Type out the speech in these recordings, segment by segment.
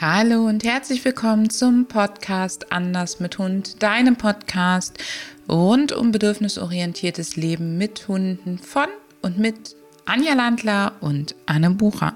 Hallo und herzlich willkommen zum Podcast Anders mit Hund, deinem Podcast rund um bedürfnisorientiertes Leben mit Hunden von und mit Anja Landler und Anne Bucher.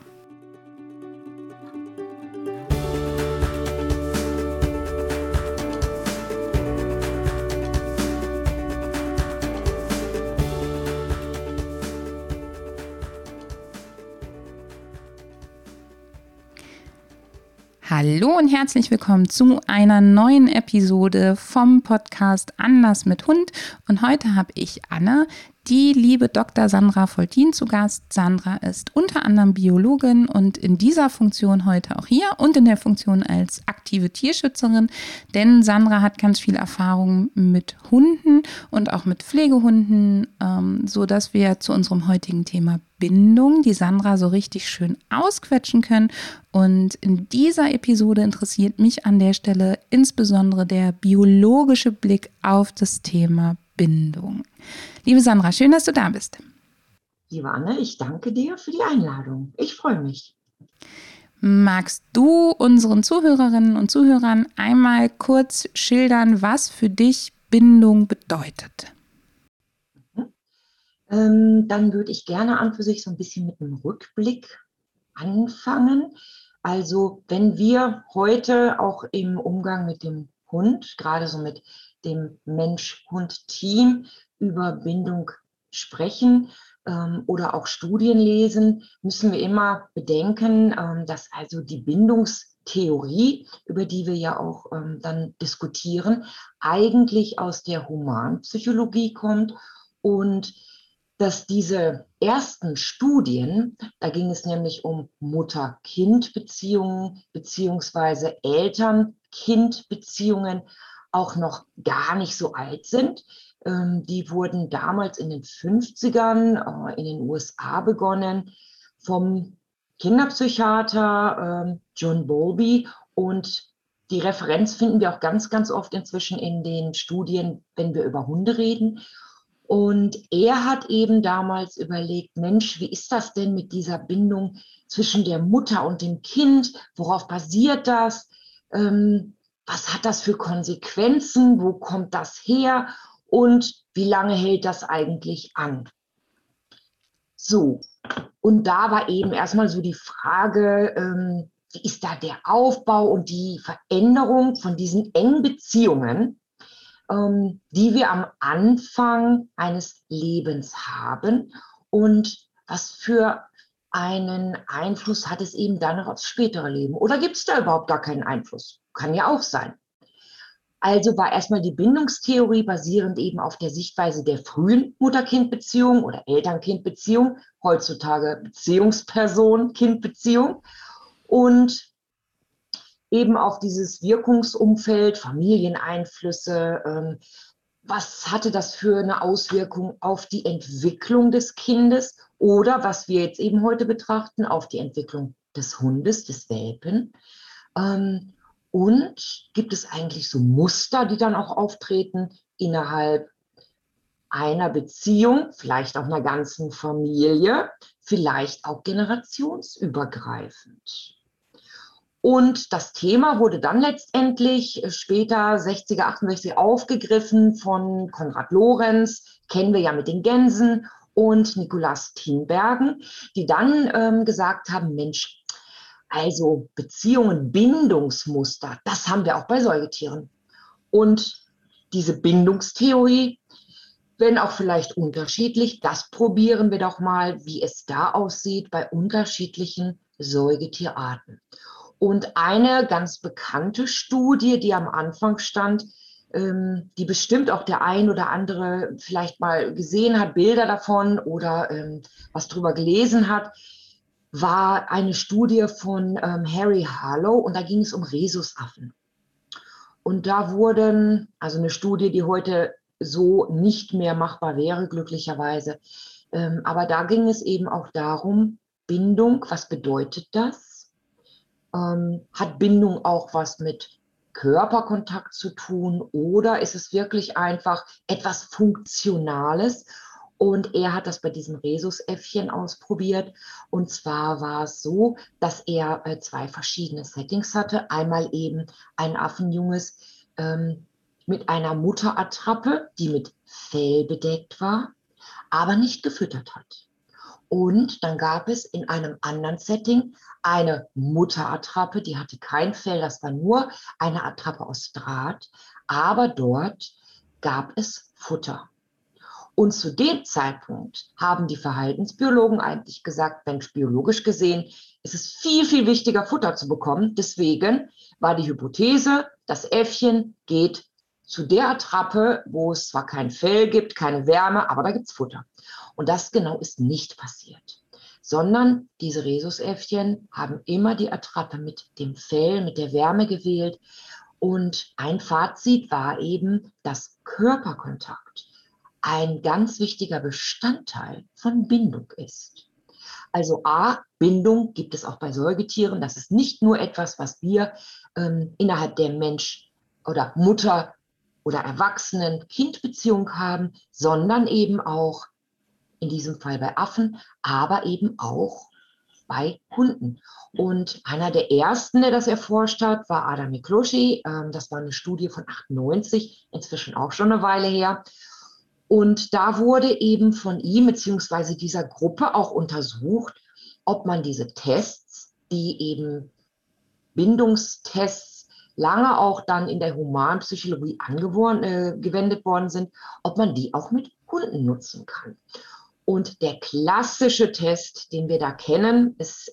Hallo und herzlich willkommen zu einer neuen Episode vom Podcast Anders mit Hund. Und heute habe ich Anne, die liebe Dr. Sandra Foltin zu Gast. Sandra ist unter anderem Biologin und in dieser Funktion heute auch hier und in der Funktion als aktive Tierschützerin, denn Sandra hat ganz viel Erfahrung mit Hunden und auch mit Pflegehunden, so dass wir zu unserem heutigen Thema Bindung die Sandra so richtig schön ausquetschen können. Und in dieser Episode interessiert mich an der Stelle insbesondere der biologische Blick auf das Thema Bindung. Liebe Sandra, schön, dass du da bist. Liebe Anne, ich danke dir für die Einladung. Ich freue mich. Magst du unseren Zuhörerinnen und Zuhörern einmal kurz schildern, was für dich Bindung bedeutet? Dann würde ich gerne an für sich so ein bisschen mit einem Rückblick anfangen. Also wenn wir heute auch im Umgang mit dem Hund, gerade so mit dem Mensch-Hund-Team über Bindung sprechen oder auch Studien lesen, müssen wir immer bedenken, dass also die Bindungstheorie, über die wir ja auch dann diskutieren, eigentlich aus der Humanpsychologie kommt und dass diese ersten Studien, da ging es nämlich um Mutter-Kind-Beziehungen beziehungsweise Eltern-Kind-Beziehungen, auch noch gar nicht so alt sind. Die wurden damals in den 50ern in den USA begonnen vom Kinderpsychiater John Bowlby, und die Referenz finden wir auch ganz, ganz oft inzwischen in den Studien, wenn wir über Hunde reden. Und er hat eben damals überlegt, Mensch, wie ist das denn mit dieser Bindung zwischen der Mutter und dem Kind? Worauf basiert das? Was hat das für Konsequenzen? Wo kommt das her? Und wie lange hält das eigentlich an? So, und da war eben erstmal so die Frage, wie ist da der Aufbau und die Veränderung von diesen engen Beziehungen, die wir am Anfang eines Lebens haben, und was für einen Einfluss hat es eben dann noch aufs spätere Leben? Oder gibt es da überhaupt gar keinen Einfluss? Kann ja auch sein. Also war erstmal die Bindungstheorie basierend eben auf der Sichtweise der frühen Mutter-Kind-Beziehung oder Eltern-Kind-Beziehung, heutzutage Beziehungsperson-Kind-Beziehung, und eben auf dieses Wirkungsumfeld, Familieneinflüsse, was hatte das für eine Auswirkung auf die Entwicklung des Kindes oder, was wir jetzt eben heute betrachten, auf die Entwicklung des Hundes, des Welpen. Und gibt es eigentlich so Muster, die dann auch auftreten innerhalb einer Beziehung, vielleicht auch einer ganzen Familie, vielleicht auch generationsübergreifend? Und das Thema wurde dann letztendlich später 60er, 68 aufgegriffen von Konrad Lorenz, kennen wir ja mit den Gänsen, und Nikolaus Tinbergen, die dann gesagt haben, Mensch, also Beziehungen, Bindungsmuster, das haben wir auch bei Säugetieren. Und diese Bindungstheorie, wenn auch vielleicht unterschiedlich, das probieren wir doch mal, wie es da aussieht bei unterschiedlichen Säugetierarten. Und eine ganz bekannte Studie, die am Anfang stand, die bestimmt auch der ein oder andere vielleicht mal gesehen hat, Bilder davon oder was drüber gelesen hat, war eine Studie von Harry Harlow, und da ging es um Rhesusaffen. Und da wurden, also eine Studie, die heute so nicht mehr machbar wäre, glücklicherweise, aber da ging es eben auch darum, Bindung, was bedeutet das? Hat Bindung auch was mit Körperkontakt zu tun, oder ist es wirklich einfach etwas Funktionales? Und er hat das bei diesem Rhesusäffchen ausprobiert. Und zwar war es so, dass er 2 verschiedene Settings hatte. Einmal eben ein Affenjunges mit einer Mutterattrappe, die mit Fell bedeckt war, aber nicht gefüttert hat. Und dann gab es in einem anderen Setting eine Mutterattrappe, die hatte kein Fell, das war nur eine Attrappe aus Draht, aber dort gab es Futter. Und zu dem Zeitpunkt haben die Verhaltensbiologen eigentlich gesagt, Mensch, biologisch gesehen ist es viel, viel wichtiger, Futter zu bekommen. Deswegen war die Hypothese, das Äffchen geht zu der Attrappe, wo es zwar kein Fell gibt, keine Wärme, aber da gibt es Futter. Und das genau ist nicht passiert, sondern diese Rhesusäffchen haben immer die Attrappe mit dem Fell, mit der Wärme gewählt. Und ein Fazit war eben, dass Körperkontakt ein ganz wichtiger Bestandteil von Bindung ist. Also Bindung gibt es auch bei Säugetieren. Das ist nicht nur etwas, was wir innerhalb der Mensch- oder Mutter- oder Erwachsenen-Kind-Beziehung haben, sondern eben auch in diesem Fall bei Affen, aber eben auch bei Hunden. Und einer der ersten, der das erforscht hat, war Adam Mikloshi. Das war eine Studie von 98, inzwischen auch schon eine Weile her. Und da wurde eben von ihm bzw. dieser Gruppe auch untersucht, ob man diese Tests, die eben Bindungstests, lange auch dann in der Humanpsychologie gewendet worden sind, ob man die auch mit Hunden nutzen kann. Und der klassische Test, den wir da kennen, ist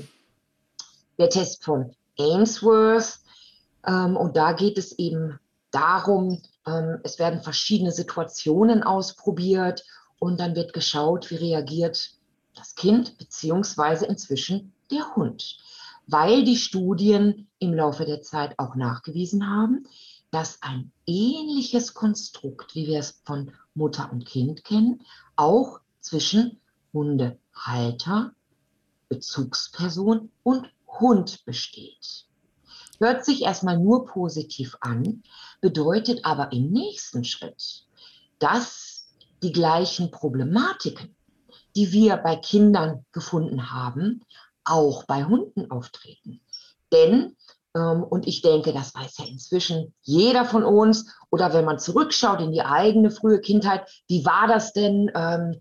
der Test von Ainsworth. Und da geht es eben darum, es werden verschiedene Situationen ausprobiert und dann wird geschaut, wie reagiert das Kind beziehungsweise inzwischen der Hund. Weil die Studien im Laufe der Zeit auch nachgewiesen haben, dass ein ähnliches Konstrukt, wie wir es von Mutter und Kind kennen, auch zwischen Hundehalter, Bezugsperson und Hund besteht. Hört sich erstmal nur positiv an, bedeutet aber im nächsten Schritt, dass die gleichen Problematiken, die wir bei Kindern gefunden haben, auch bei Hunden auftreten. Denn, und ich denke, das weiß ja inzwischen jeder von uns, oder wenn man zurückschaut in die eigene frühe Kindheit, wie war das denn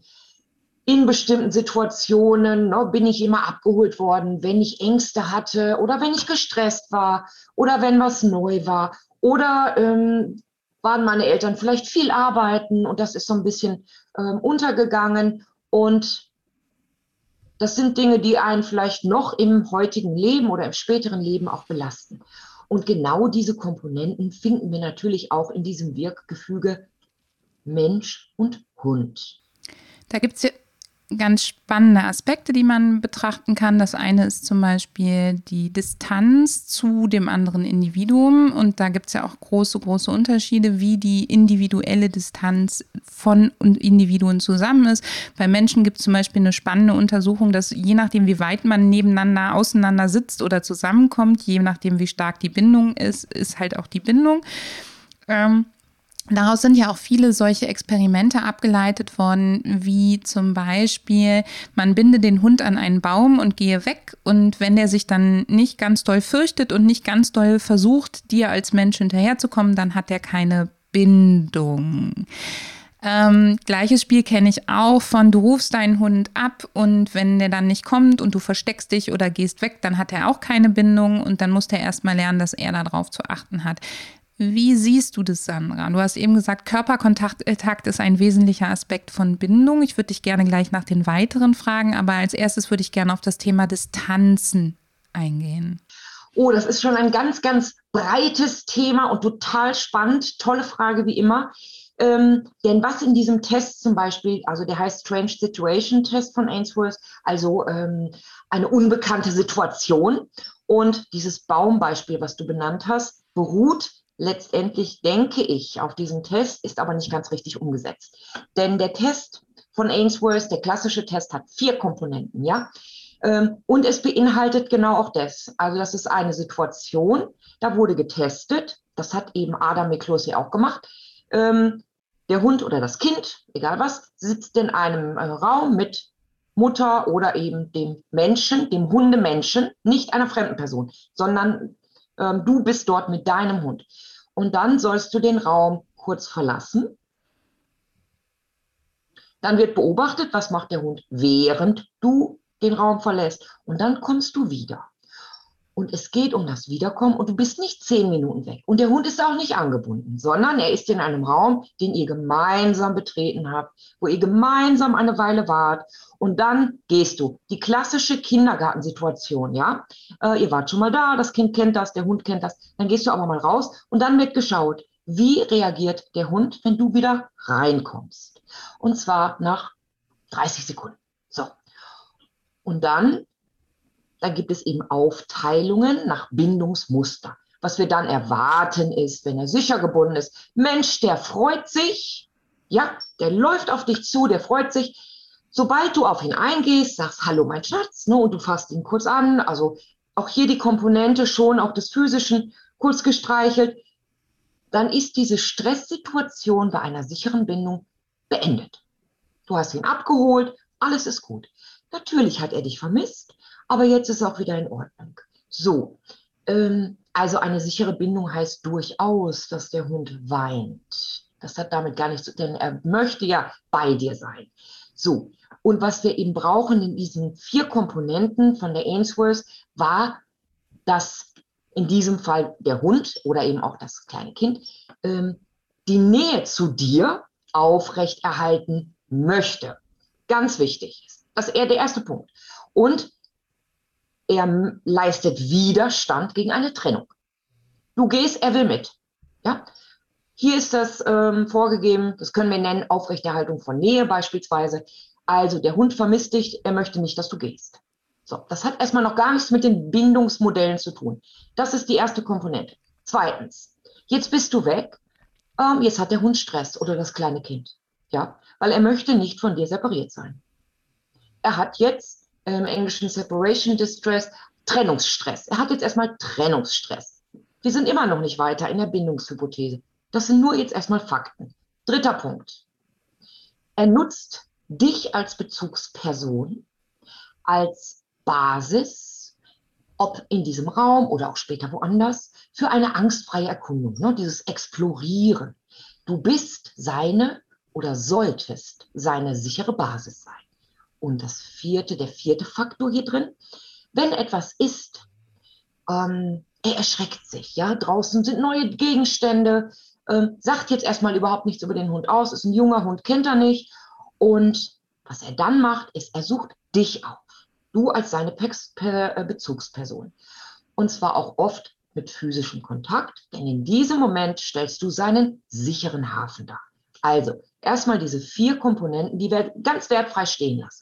in bestimmten Situationen, ne, bin ich immer abgeholt worden, wenn ich Ängste hatte oder wenn ich gestresst war oder wenn was neu war oder waren meine Eltern vielleicht viel arbeiten und das ist so ein bisschen untergegangen und das sind Dinge, die einen vielleicht noch im heutigen Leben oder im späteren Leben auch belasten. Und genau diese Komponenten finden wir natürlich auch in diesem Wirkgefüge Mensch und Hund. Da gibt es ja ganz spannende Aspekte, die man betrachten kann. Das eine ist zum Beispiel die Distanz zu dem anderen Individuum. Und da gibt es ja auch große, große Unterschiede, wie die individuelle Distanz von Individuen zusammen ist. Bei Menschen gibt es zum Beispiel eine spannende Untersuchung, dass je nachdem, wie weit man nebeneinander, auseinander sitzt oder zusammenkommt, je nachdem, wie stark die Bindung ist halt auch die Bindung. Daraus sind ja auch viele solche Experimente abgeleitet worden, wie zum Beispiel, man binde den Hund an einen Baum und gehe weg und wenn der sich dann nicht ganz doll fürchtet und nicht ganz doll versucht, dir als Mensch hinterherzukommen, dann hat er keine Bindung. Gleiches Spiel kenne ich auch von, du rufst deinen Hund ab und wenn der dann nicht kommt und du versteckst dich oder gehst weg, dann hat er auch keine Bindung und dann muss der erstmal lernen, dass er darauf zu achten hat. Wie siehst du das, Sandra? Du hast eben gesagt, Körperkontakt ist ein wesentlicher Aspekt von Bindung. Ich würde dich gerne gleich nach den weiteren fragen, aber als erstes würde ich gerne auf das Thema Distanzen eingehen. Oh, das ist schon ein ganz, ganz breites Thema und total spannend. Tolle Frage wie immer. Denn was in diesem Test zum Beispiel, also der heißt Strange Situation Test von Ainsworth, also eine unbekannte Situation. Und dieses Baumbeispiel, was du benannt hast, beruht letztendlich, denke ich, auf diesem Test, ist aber nicht ganz richtig umgesetzt. Denn der Test von Ainsworth, der klassische Test, hat 4 Komponenten, ja. Und es beinhaltet genau auch das. Also das ist eine Situation, da wurde getestet, das hat eben Adam Miklosi auch gemacht, Der Hund oder das Kind, egal was, sitzt in einem Raum mit Mutter oder eben dem Menschen, dem Hundemenschen, nicht einer fremden Person, sondern du bist dort mit deinem Hund. Und dann sollst du den Raum kurz verlassen. Dann wird beobachtet, was macht der Hund, während du den Raum verlässt. Und dann kommst du wieder. Und es geht um das Wiederkommen und du bist nicht 10 Minuten weg. Und der Hund ist auch nicht angebunden, sondern er ist in einem Raum, den ihr gemeinsam betreten habt, wo ihr gemeinsam eine Weile wart. Und dann gehst du. Die klassische Kindergartensituation, ja. Ihr wart schon mal da, das Kind kennt das, der Hund kennt das. Dann gehst du aber mal raus und dann wird geschaut, wie reagiert der Hund, wenn du wieder reinkommst. Und zwar nach 30 Sekunden. So. Und dann gibt es eben Aufteilungen nach Bindungsmuster. Was wir dann erwarten ist, wenn er sicher gebunden ist, Mensch, der freut sich, ja, der läuft auf dich zu, der freut sich. Sobald du auf ihn eingehst, sagst, hallo mein Schatz, ne, und du fasst ihn kurz an, also auch hier die Komponente schon, auch des Physischen, kurz gestreichelt, dann ist diese Stresssituation bei einer sicheren Bindung beendet. Du hast ihn abgeholt, alles ist gut. Natürlich hat er dich vermisst, aber jetzt ist es auch wieder in Ordnung. So, also eine sichere Bindung heißt durchaus, dass der Hund weint. Das hat damit gar nichts zu tun, denn er möchte ja bei dir sein. So, und was wir eben brauchen in diesen 4 Komponenten von der Ainsworth war, dass in diesem Fall der Hund oder eben auch das kleine Kind die Nähe zu dir aufrechterhalten möchte. Ganz wichtig. Das ist eher der erste Punkt. Und er leistet Widerstand gegen eine Trennung. Du gehst, er will mit. Ja? Hier ist das vorgegeben, das können wir nennen, Aufrechterhaltung von Nähe beispielsweise. Also der Hund vermisst dich, er möchte nicht, dass du gehst. So, das hat erstmal noch gar nichts mit den Bindungsmodellen zu tun. Das ist die erste Komponente. Zweitens, jetzt bist du weg, jetzt hat der Hund Stress oder das kleine Kind. Ja? Weil er möchte nicht von dir separiert sein. Er hat jetzt im Englischen Separation Distress, Trennungsstress. Er hat jetzt erstmal Trennungsstress. Wir sind immer noch nicht weiter in der Bindungshypothese. Das sind nur jetzt erstmal Fakten. 3. Punkt. Er nutzt dich als Bezugsperson, als Basis, ob in diesem Raum oder auch später woanders, für eine angstfreie Erkundung, ne? Dieses Explorieren. Du bist seine oder solltest seine sichere Basis sein. Und der 4. Faktor hier drin, wenn etwas ist, er erschreckt sich, ja, draußen sind neue Gegenstände, sagt jetzt erstmal überhaupt nichts über den Hund aus, ist ein junger Hund, kennt er nicht. Und was er dann macht, ist, er sucht dich auf, du als seine Bezugsperson. Und zwar auch oft mit physischem Kontakt, denn in diesem Moment stellst du seinen sicheren Hafen dar. Also erstmal diese 4 Komponenten, die wir ganz wertfrei stehen lassen.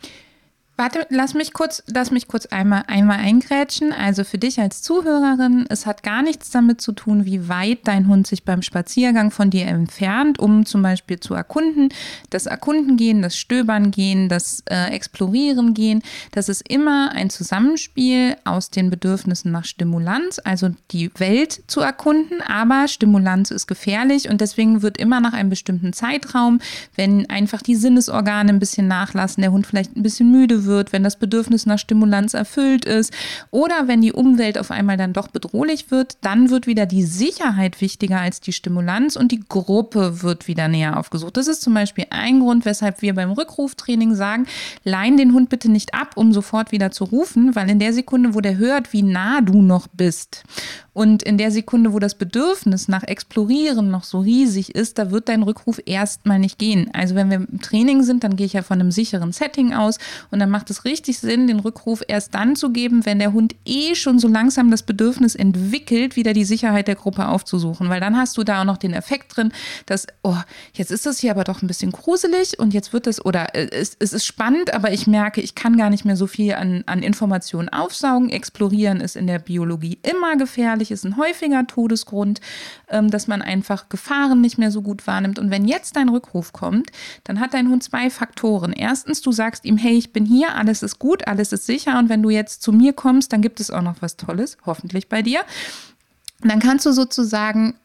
Warte, lass mich kurz einmal eingrätschen. Also für dich als Zuhörerin, es hat gar nichts damit zu tun, wie weit dein Hund sich beim Spaziergang von dir entfernt, um zum Beispiel zu erkunden. Das Erkunden gehen, das Stöbern gehen, das Explorieren gehen, das ist immer ein Zusammenspiel aus den Bedürfnissen nach Stimulanz, also die Welt zu erkunden, aber Stimulanz ist gefährlich und deswegen wird immer nach einem bestimmten Zeitraum, wenn einfach die Sinnesorgane ein bisschen nachlassen, der Hund vielleicht ein bisschen müde wird, wenn das Bedürfnis nach Stimulanz erfüllt ist oder wenn die Umwelt auf einmal dann doch bedrohlich wird, dann wird wieder die Sicherheit wichtiger als die Stimulanz und die Gruppe wird wieder näher aufgesucht. Das ist zum Beispiel ein Grund, weshalb wir beim Rückruftraining sagen, leihn den Hund bitte nicht ab, um sofort wieder zu rufen, weil in der Sekunde, wo der hört, wie nah du noch bist und in der Sekunde, wo das Bedürfnis nach Explorieren noch so riesig ist, da wird dein Rückruf erstmal nicht gehen. Also wenn wir im Training sind, dann gehe ich ja von einem sicheren Setting aus und dann macht es richtig Sinn, den Rückruf erst dann zu geben, wenn der Hund schon so langsam das Bedürfnis entwickelt, wieder die Sicherheit der Gruppe aufzusuchen. Weil dann hast du da auch noch den Effekt drin, dass, jetzt ist das hier aber doch ein bisschen gruselig und jetzt wird das, oder es ist spannend, aber ich merke, ich kann gar nicht mehr so viel an Informationen aufsaugen. Explorieren ist in der Biologie immer gefährlich, ist ein häufiger Todesgrund, dass man einfach Gefahren nicht mehr so gut wahrnimmt. Und wenn jetzt dein Rückruf kommt, dann hat dein Hund 2 Faktoren. Erstens, du sagst ihm, hey, ich bin hier, alles ist gut, alles ist sicher und wenn du jetzt zu mir kommst, dann gibt es auch noch was Tolles, hoffentlich bei dir. Dann kannst du sozusagen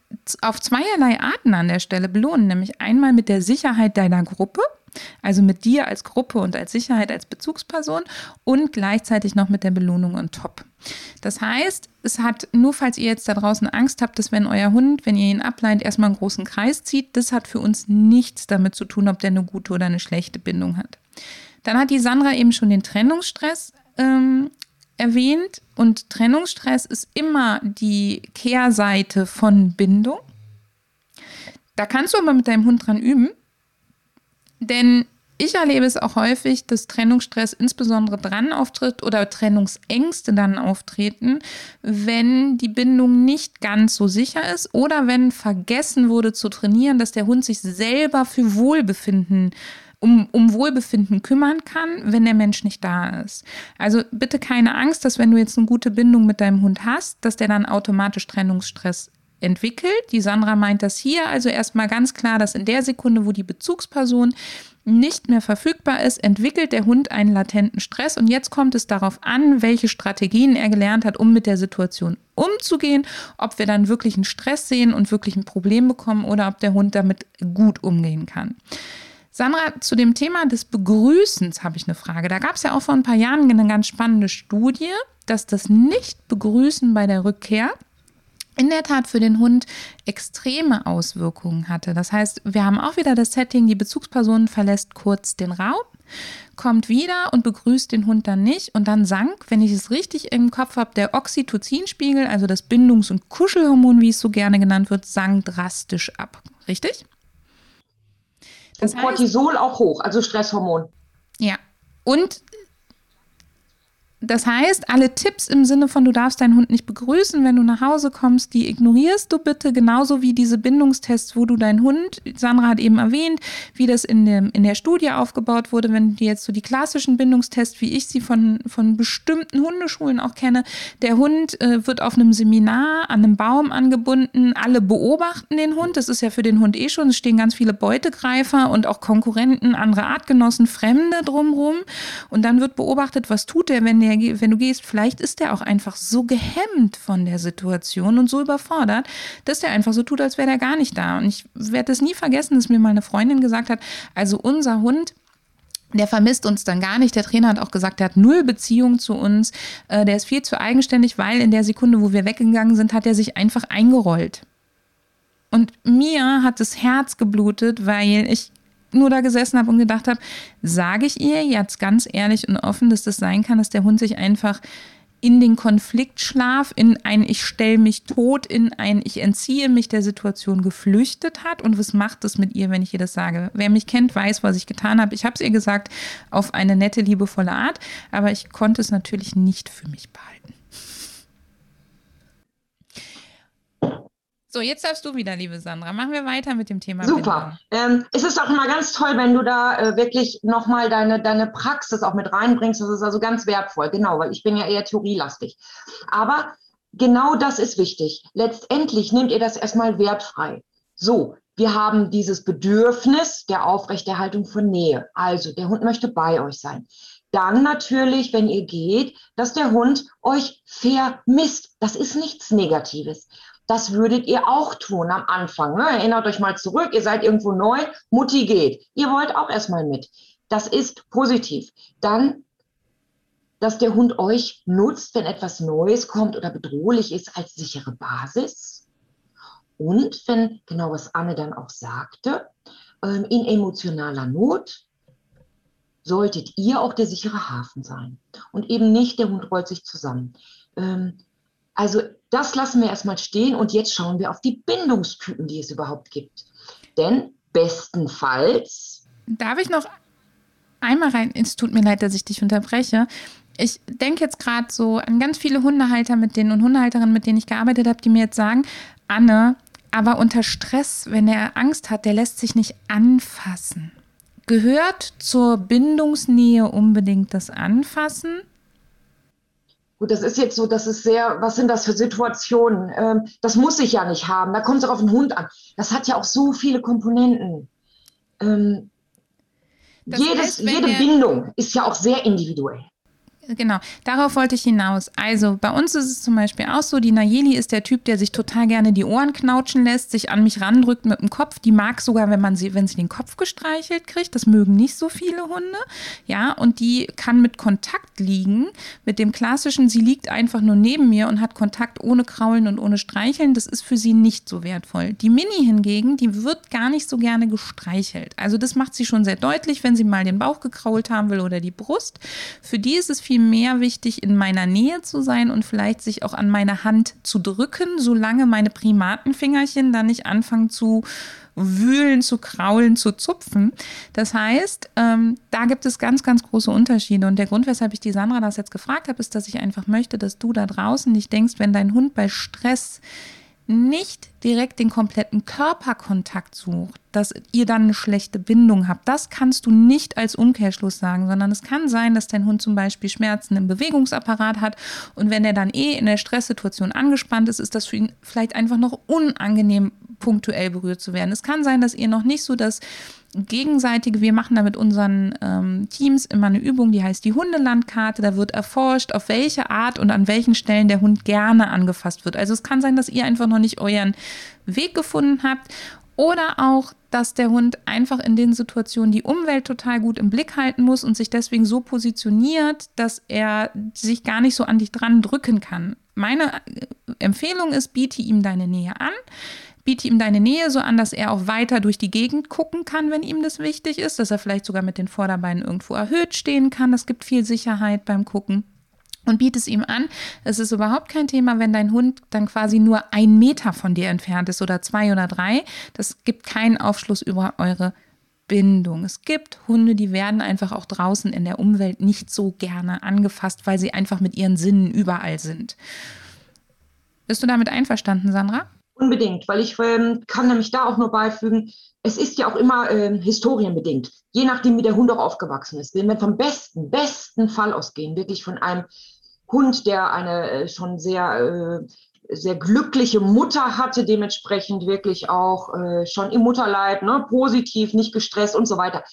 auf zweierlei Arten an der Stelle belohnen, nämlich einmal mit der Sicherheit deiner Gruppe, also mit dir als Gruppe und als Sicherheit als Bezugsperson und gleichzeitig noch mit der Belohnung on top. Das heißt, es hat, nur falls ihr jetzt da draußen Angst habt, dass wenn euer Hund, wenn ihr ihn ableint, erstmal einen großen Kreis zieht, das hat für uns nichts damit zu tun, ob der eine gute oder eine schlechte Bindung hat. Dann hat die Sandra eben schon den Trennungsstress erwähnt und Trennungsstress ist immer die Kehrseite von Bindung. Da kannst du aber mit deinem Hund dran üben, denn ich erlebe es auch häufig, dass Trennungsstress insbesondere dran auftritt oder Trennungsängste dann auftreten, wenn die Bindung nicht ganz so sicher ist oder wenn vergessen wurde zu trainieren, dass der Hund sich selber für Wohlbefinden um Wohlbefinden kümmern kann, wenn der Mensch nicht da ist. Also bitte keine Angst, dass wenn du jetzt eine gute Bindung mit deinem Hund hast, dass der dann automatisch Trennungsstress entwickelt. Die Sandra meint das hier also erstmal ganz klar, dass in der Sekunde, wo die Bezugsperson nicht mehr verfügbar ist, entwickelt der Hund einen latenten Stress und jetzt kommt es darauf an, welche Strategien er gelernt hat, um mit der Situation umzugehen, ob wir dann wirklich einen Stress sehen und wirklich ein Problem bekommen oder ob der Hund damit gut umgehen kann. Sandra, zu dem Thema des Begrüßens habe ich eine Frage. Da gab es ja auch vor ein paar Jahren eine ganz spannende Studie, dass das Nicht-Begrüßen bei der Rückkehr in der Tat für den Hund extreme Auswirkungen hatte. Das heißt, wir haben auch wieder das Setting, die Bezugsperson verlässt kurz den Raum, kommt wieder und begrüßt den Hund dann nicht und dann sank, wenn ich es richtig im Kopf habe, der Oxytocinspiegel, also das Bindungs- und Kuschelhormon, wie es so gerne genannt wird, sank drastisch ab. Richtig? Das heißt, Cortisol auch hoch, also Stresshormon. Ja, und das heißt, alle Tipps im Sinne von, du darfst deinen Hund nicht begrüßen, wenn du nach Hause kommst, die ignorierst du bitte, genauso wie diese Bindungstests, wo du deinen Hund, Sandra hat eben erwähnt, wie das in der Studie aufgebaut wurde, wenn du jetzt so die klassischen Bindungstests, wie ich sie von bestimmten Hundeschulen auch kenne, der Hund wird auf einem Seminar an einem Baum angebunden, alle beobachten den Hund, das ist ja für den Hund schon, es stehen ganz viele Beutegreifer und auch Konkurrenten, andere Artgenossen, Fremde drumherum und dann wird beobachtet, was tut der, wenn du gehst, vielleicht ist der auch einfach so gehemmt von der Situation und so überfordert, dass der einfach so tut, als wäre der gar nicht da. Und ich werde das nie vergessen, dass mir mal eine Freundin gesagt hat, also unser Hund, der vermisst uns dann gar nicht. Der Trainer hat auch gesagt, der hat 0 Beziehung zu uns. Der ist viel zu eigenständig, weil in der Sekunde, wo wir weggegangen sind, hat er sich einfach eingerollt. Und mir hat das Herz geblutet, weil ich nur da gesessen habe und gedacht habe, sage ich ihr jetzt ganz ehrlich und offen, dass das sein kann, dass der Hund sich einfach in den Konfliktschlaf, in ein ich stelle mich tot, in ein ich entziehe mich der Situation geflüchtet hat und was macht es mit ihr, wenn ich ihr das sage? Wer mich kennt, weiß, was ich getan habe. Ich habe es ihr gesagt auf eine nette, liebevolle Art, aber ich konnte es natürlich nicht für mich behalten. So, jetzt darfst du wieder, liebe Sandra. Machen wir weiter mit dem Thema. Super. Es ist auch immer ganz toll, wenn du da wirklich nochmal deine Praxis auch mit reinbringst. Das ist also ganz wertvoll, genau, weil ich bin ja eher theorielastig. Aber genau das ist wichtig. Letztendlich nehmt ihr das erstmal wertfrei. So, wir haben dieses Bedürfnis der Aufrechterhaltung von Nähe. Also, der Hund möchte bei euch sein. Dann natürlich, wenn ihr geht, dass der Hund euch vermisst. Das ist nichts Negatives. Das würdet ihr auch tun am Anfang. Ne? Erinnert euch mal zurück, ihr seid irgendwo neu, Mutti geht. Ihr wollt auch erstmal mit. Das ist positiv. Dann, dass der Hund euch nutzt, wenn etwas Neues kommt oder bedrohlich ist, als sichere Basis. Und wenn, genau was Anne dann auch sagte, in emotionaler Not solltet ihr auch der sichere Hafen sein. Und eben nicht, der Hund rollt sich zusammen. Also das lassen wir erstmal stehen und jetzt schauen wir auf die Bindungstypen, die es überhaupt gibt. Denn bestenfalls... Darf ich noch einmal rein? Es tut mir leid, dass ich dich unterbreche. Ich denke jetzt gerade so an ganz viele Hundehalter und Hundehalterinnen, mit denen ich gearbeitet habe, die mir jetzt sagen, Anne, aber unter Stress, wenn er Angst hat, der lässt sich nicht anfassen. Gehört zur Bindungsnähe unbedingt das Anfassen? Gut, das ist jetzt so, das ist sehr, was sind das für Situationen? Das muss ich ja nicht haben, da kommt es auch auf den Hund an. Das hat ja auch so viele Komponenten. Jede Bindung ist ja auch sehr individuell. Genau, darauf wollte ich hinaus. Also bei uns ist es zum Beispiel auch so, die Nayeli ist der Typ, der sich total gerne die Ohren knautschen lässt, sich an mich randrückt mit dem Kopf. Die mag sogar, wenn sie den Kopf gestreichelt kriegt. Das mögen nicht so viele Hunde. Ja, und die kann mit Kontakt liegen, mit dem klassischen, sie liegt einfach nur neben mir und hat Kontakt ohne Kraulen und ohne Streicheln. Das ist für sie nicht so wertvoll. Die Mini hingegen, die wird gar nicht so gerne gestreichelt. Also das macht sie schon sehr deutlich, wenn sie mal den Bauch gekrault haben will oder die Brust. Für die ist es viel mehr wichtig, in meiner Nähe zu sein und vielleicht sich auch an meine Hand zu drücken, solange meine Primatenfingerchen dann nicht anfangen zu wühlen, zu kraulen, zu zupfen. Das heißt, da gibt es ganz, ganz große Unterschiede. Und der Grund, weshalb ich die Sandra das jetzt gefragt habe, ist, dass ich einfach möchte, dass du da draußen nicht denkst, wenn dein Hund bei Stress nicht direkt den kompletten Körperkontakt sucht, dass ihr dann eine schlechte Bindung habt. Das kannst du nicht als Umkehrschluss sagen, sondern es kann sein, dass dein Hund zum Beispiel Schmerzen im Bewegungsapparat hat und wenn er dann in der Stresssituation angespannt ist, ist das für ihn vielleicht einfach noch unangenehm, punktuell berührt zu werden. Es kann sein, dass ihr noch nicht so das gegenseitige, wir machen da mit unseren Teams immer eine Übung, die heißt die Hundelandkarte, da wird erforscht, auf welche Art und an welchen Stellen der Hund gerne angefasst wird. Also es kann sein, dass ihr einfach noch nicht euren Weg gefunden habt oder auch, dass der Hund einfach in den Situationen die Umwelt total gut im Blick halten muss und sich deswegen so positioniert, dass er sich gar nicht so an dich dran drücken kann. Meine Empfehlung ist, biete ihm deine Nähe an. Biete ihm deine Nähe so an, dass er auch weiter durch die Gegend gucken kann, wenn ihm das wichtig ist, dass er vielleicht sogar mit den Vorderbeinen irgendwo erhöht stehen kann. Das gibt viel Sicherheit beim Gucken. Und biete es ihm an. Es ist überhaupt kein Thema, wenn dein Hund dann quasi nur 1 Meter von dir entfernt ist oder 2 oder 3. Das gibt keinen Aufschluss über eure Bindung. Es gibt Hunde, die werden einfach auch draußen in der Umwelt nicht so gerne angefasst, weil sie einfach mit ihren Sinnen überall sind. Bist du damit einverstanden, Sandra? Unbedingt, weil ich kann nämlich da auch nur beifügen, es ist ja auch immer historienbedingt, je nachdem, wie der Hund auch aufgewachsen ist. Wenn wir vom besten Fall ausgehen, wirklich von einem Hund, der eine schon sehr glückliche Mutter hatte, dementsprechend wirklich auch schon im Mutterleib, ne, positiv, nicht gestresst und so weiter,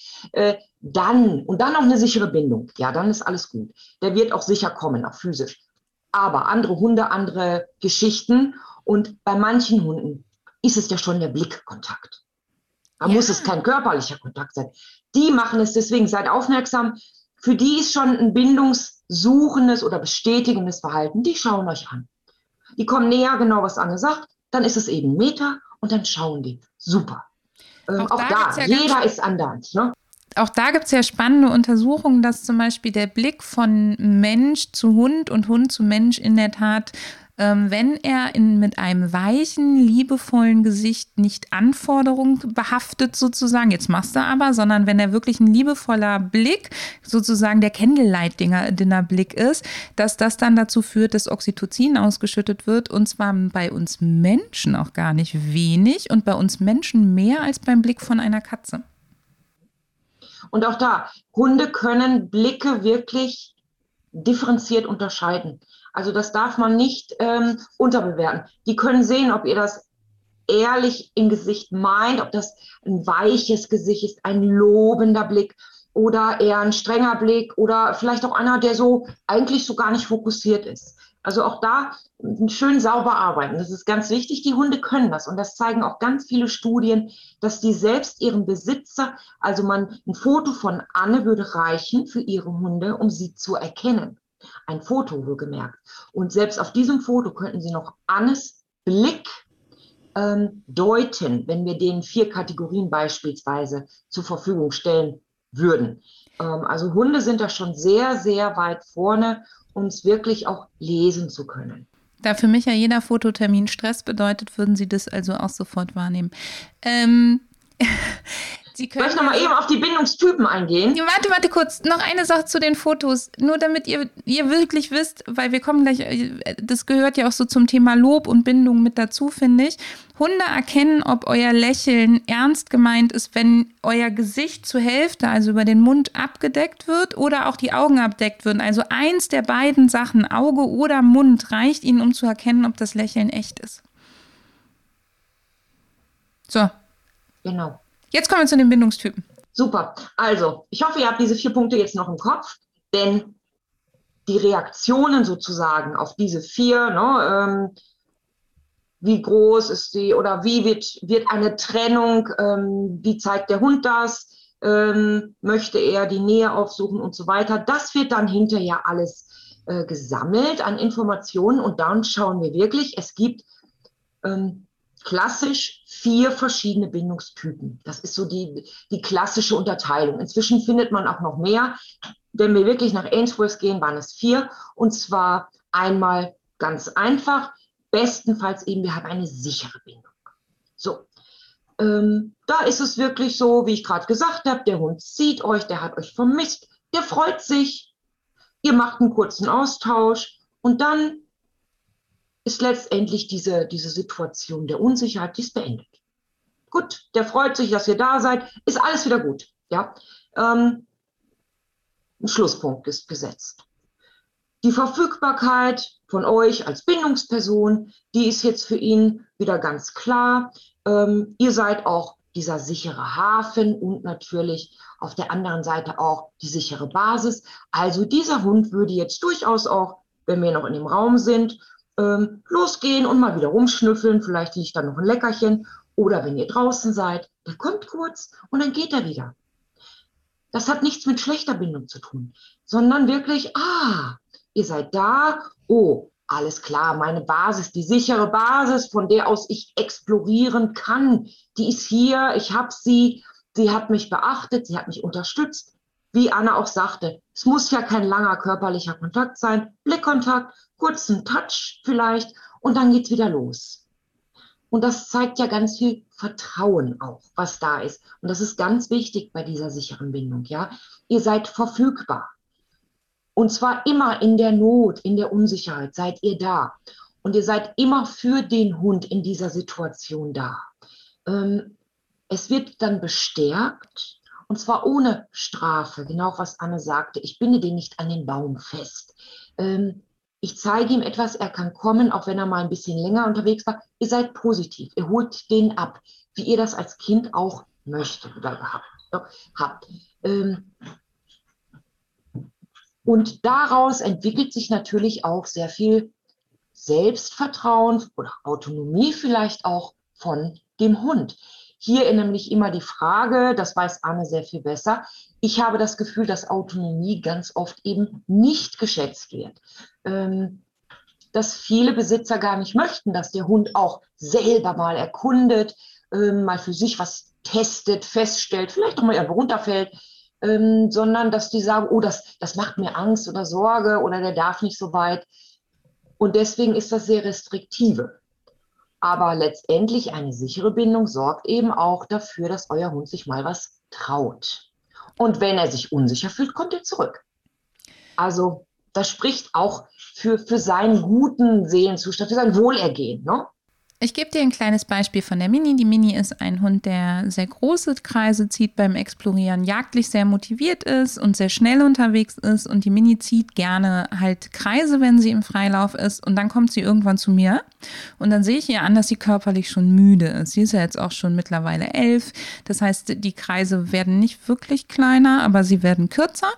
dann auch eine sichere Bindung, ja, dann ist alles gut. Der wird auch sicher kommen, auch physisch. Aber andere Hunde, andere Geschichten. Und bei manchen Hunden ist es ja schon der Blickkontakt. Da muss es kein körperlicher Kontakt sein. Die machen es, deswegen seid aufmerksam. Für die ist schon ein bindungssuchendes oder bestätigendes Verhalten. Die schauen euch an. Die kommen näher, genau was Anne sagt. Dann ist es eben 1 Meter und dann schauen die. Super. Auch da jeder ist anders. Ne? Auch da gibt es ja spannende Untersuchungen, dass zum Beispiel der Blick von Mensch zu Hund und Hund zu Mensch in der Tat, wenn er mit einem weichen, liebevollen Gesicht nicht Anforderung behaftet sozusagen, jetzt machst du aber, sondern wenn er wirklich ein liebevoller Blick, sozusagen der Candlelight-Dinner-Blick ist, dass das dann dazu führt, dass Oxytocin ausgeschüttet wird und zwar bei uns Menschen auch gar nicht wenig und bei uns Menschen mehr als beim Blick von einer Katze. Und auch da, Hunde können Blicke wirklich differenziert unterscheiden. Also das darf man nicht unterbewerten. Die können sehen, ob ihr das ehrlich im Gesicht meint, ob das ein weiches Gesicht ist, ein lobender Blick oder eher ein strenger Blick oder vielleicht auch einer, der so eigentlich so gar nicht fokussiert ist. Also auch da schön sauber arbeiten. Das ist ganz wichtig. Die Hunde können das und das zeigen auch ganz viele Studien, dass die selbst ihren Besitzer, also ein Foto von Anne würde reichen für ihre Hunde, um sie zu erkennen. Ein Foto wohlgemerkt. Und selbst auf diesem Foto könnten Sie noch Annes Blick deuten, wenn wir den 4 Kategorien beispielsweise zur Verfügung stellen würden. Also Hunde sind da schon sehr, sehr weit vorne, um es wirklich auch lesen zu können. Da für mich ja jeder Fototermin Stress bedeutet, würden Sie das also auch sofort wahrnehmen. Sie können. Soll ich nochmal eben auf die Bindungstypen eingehen? Ja, warte kurz. Noch eine Sache zu den Fotos. Nur damit ihr wirklich wisst, weil wir kommen gleich, das gehört ja auch so zum Thema Lob und Bindung mit dazu, finde ich. Hunde erkennen, ob euer Lächeln ernst gemeint ist, wenn euer Gesicht zur Hälfte, also über den Mund abgedeckt wird oder auch die Augen abdeckt werden. Also eins der beiden Sachen, Auge oder Mund, reicht ihnen, um zu erkennen, ob das Lächeln echt ist. So. Genau. Jetzt kommen wir zu den Bindungstypen. Super. Also, ich hoffe, ihr habt diese 4 Punkte jetzt noch im Kopf, denn die Reaktionen sozusagen auf diese 4, ne, wie groß ist sie oder wie wird eine Trennung, wie zeigt der Hund das, möchte er die Nähe aufsuchen und so weiter. Das wird dann hinterher alles gesammelt an Informationen und dann schauen wir wirklich, es gibt klassisch 4 verschiedene Bindungstypen. Das ist so die klassische Unterteilung. Inzwischen findet man auch noch mehr. Wenn wir wirklich nach Ainsworth gehen, waren es 4. Und zwar einmal ganz einfach, bestenfalls eben, wir haben eine sichere Bindung. So, da ist es wirklich so, wie ich gerade gesagt habe, der Hund sieht euch, der hat euch vermisst, der freut sich, ihr macht einen kurzen Austausch und dann ist letztendlich diese Situation der Unsicherheit, die ist beendet. Gut, der freut sich, dass ihr da seid, ist alles wieder gut. Ja? Ein Schlusspunkt ist gesetzt. Die Verfügbarkeit von euch als Bindungsperson, die ist jetzt für ihn wieder ganz klar. Ihr seid auch dieser sichere Hafen und natürlich auf der anderen Seite auch die sichere Basis. Also dieser Hund würde jetzt durchaus auch, wenn wir noch in dem Raum sind, losgehen und mal wieder rumschnüffeln. Vielleicht liegt da noch ein Leckerchen. Oder wenn ihr draußen seid, der kommt kurz und dann geht er wieder. Das hat nichts mit schlechter Bindung zu tun, sondern wirklich, ihr seid da, oh, alles klar, meine Basis, die sichere Basis, von der aus ich explorieren kann, die ist hier, ich habe sie hat mich beachtet, sie hat mich unterstützt. Wie Anna auch sagte, es muss ja kein langer körperlicher Kontakt sein, Blickkontakt, kurzen Touch vielleicht und dann geht's wieder los. Und das zeigt ja ganz viel Vertrauen auch, was da ist. Und das ist ganz wichtig bei dieser sicheren Bindung, ja. Ihr seid verfügbar. Und zwar immer in der Not, in der Unsicherheit seid ihr da. Und ihr seid immer für den Hund in dieser Situation da. Es wird dann bestärkt, und zwar ohne Strafe, genau was Anne sagte. Ich binde den nicht an den Baum fest. Ich zeige ihm etwas, er kann kommen, auch wenn er mal ein bisschen länger unterwegs war. Ihr seid positiv, ihr holt den ab, wie ihr das als Kind auch möchtet oder habt. Und daraus entwickelt sich natürlich auch sehr viel Selbstvertrauen oder Autonomie vielleicht auch von dem Hund. Hier nämlich immer die Frage, das weiß Anne sehr viel besser, ich habe das Gefühl, dass Autonomie ganz oft eben nicht geschätzt wird. Dass viele Besitzer gar nicht möchten, dass der Hund auch selber mal erkundet, mal für sich was testet, feststellt, vielleicht auch mal irgendwo runterfällt, sondern dass die sagen, oh, das macht mir Angst oder Sorge oder der darf nicht so weit. Und deswegen ist das sehr restriktive. Aber letztendlich eine sichere Bindung sorgt eben auch dafür, dass euer Hund sich mal was traut. Und wenn er sich unsicher fühlt, kommt er zurück. Also das spricht auch für seinen guten Seelenzustand, für sein Wohlergehen, ne? Ich gebe dir ein kleines Beispiel von der Mini. Die Mini ist ein Hund, der sehr große Kreise zieht beim Explorieren, jagdlich sehr motiviert ist und sehr schnell unterwegs ist. Und die Mini zieht gerne halt Kreise, wenn sie im Freilauf ist. Und dann kommt sie irgendwann zu mir und dann sehe ich ihr an, dass sie körperlich schon müde ist. Sie ist ja jetzt auch schon mittlerweile 11. Das heißt, die Kreise werden nicht wirklich kleiner, aber sie werden kürzer.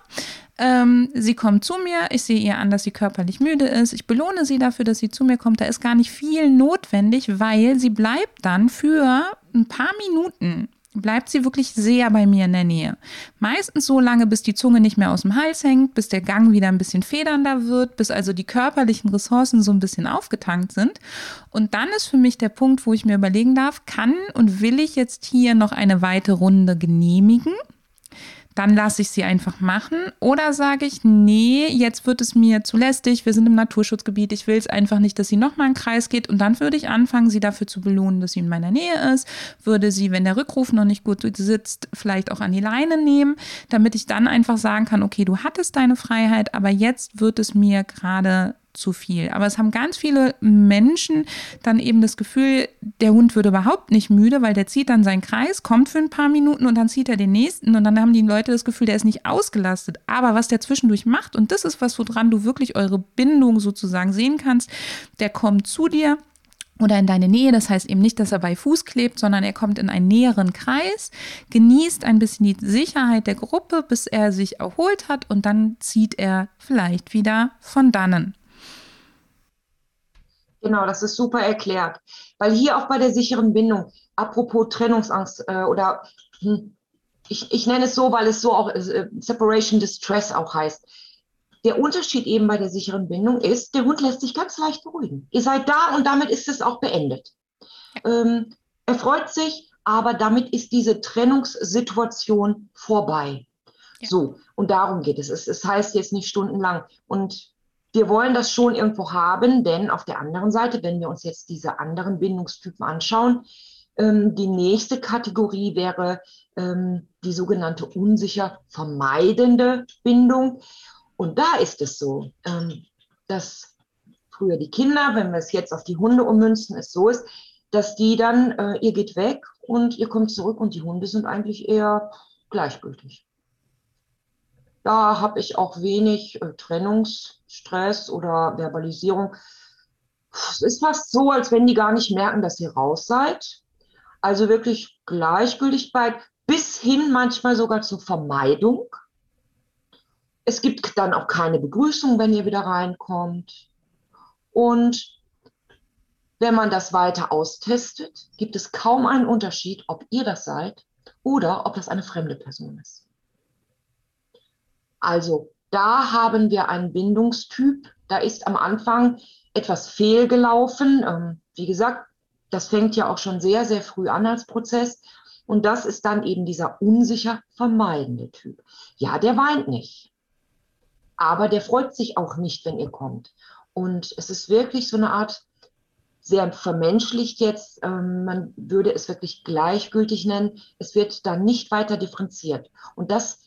Sie kommt zu mir, ich sehe ihr an, dass sie körperlich müde ist. Ich belohne sie dafür, dass sie zu mir kommt. Da ist gar nicht viel notwendig, weil sie bleibt dann für ein paar Minuten, bleibt sie wirklich sehr bei mir in der Nähe. Meistens so lange, bis die Zunge nicht mehr aus dem Hals hängt, bis der Gang wieder ein bisschen federnder wird, bis also die körperlichen Ressourcen so ein bisschen aufgetankt sind. Und dann ist für mich der Punkt, wo ich mir überlegen darf, kann und will ich jetzt hier noch eine weitere Runde genehmigen? Dann lasse ich sie einfach machen oder sage ich, nee, jetzt wird es mir zu lästig, wir sind im Naturschutzgebiet, ich will es einfach nicht, dass sie nochmal einen Kreis geht und dann würde ich anfangen, sie dafür zu belohnen, dass sie in meiner Nähe ist, würde sie, wenn der Rückruf noch nicht gut sitzt, vielleicht auch an die Leine nehmen, damit ich dann einfach sagen kann, okay, du hattest deine Freiheit, aber jetzt wird es mir gerade zu viel. Aber es haben ganz viele Menschen dann eben das Gefühl, der Hund wird überhaupt nicht müde, weil der zieht dann seinen Kreis, kommt für ein paar Minuten und dann zieht er den nächsten und dann haben die Leute das Gefühl, der ist nicht ausgelastet. Aber was der zwischendurch macht, und das ist was, woran du wirklich eure Bindung sozusagen sehen kannst, der kommt zu dir oder in deine Nähe. Das heißt eben nicht, dass er bei Fuß klebt, sondern er kommt in einen näheren Kreis, genießt ein bisschen die Sicherheit der Gruppe, bis er sich erholt hat und dann zieht er vielleicht wieder von dannen. Genau, das ist super erklärt. Weil hier auch bei der sicheren Bindung, apropos Trennungsangst oder ich nenne es so, weil es so auch Separation Distress auch heißt. Der Unterschied eben bei der sicheren Bindung ist, der Hund lässt sich ganz leicht beruhigen. Ihr seid da und damit ist es auch beendet. Er freut sich, aber damit ist diese Trennungssituation vorbei. Ja. So, und darum geht es. Es heißt jetzt nicht stundenlang. Und wir wollen das schon irgendwo haben, denn auf der anderen Seite, wenn wir uns jetzt diese anderen Bindungstypen anschauen, die nächste Kategorie wäre die sogenannte unsicher vermeidende Bindung. Und da ist es so, dass früher die Kinder, wenn wir es jetzt auf die Hunde ummünzen, es so ist, dass die dann, ihr geht weg und ihr kommt zurück und die Hunde sind eigentlich eher gleichgültig. Da habe ich auch wenig Trennungsstress oder Verbalisierung. Es ist fast so, als wenn die gar nicht merken, dass ihr raus seid. Also wirklich Gleichgültigkeit bis hin manchmal sogar zur Vermeidung. Es gibt dann auch keine Begrüßung, wenn ihr wieder reinkommt. Und wenn man das weiter austestet, gibt es kaum einen Unterschied, ob ihr das seid oder ob das eine fremde Person ist. Also da haben wir einen Bindungstyp. Da ist am Anfang etwas fehlgelaufen. Wie gesagt, das fängt ja auch schon sehr, sehr früh an als Prozess. Und das ist dann eben dieser unsicher vermeidende Typ. Ja, der weint nicht. Aber der freut sich auch nicht, wenn ihr kommt. Und es ist wirklich so eine Art, sehr vermenschlicht jetzt, man würde es wirklich gleichgültig nennen. Es wird da nicht weiter differenziert. Und das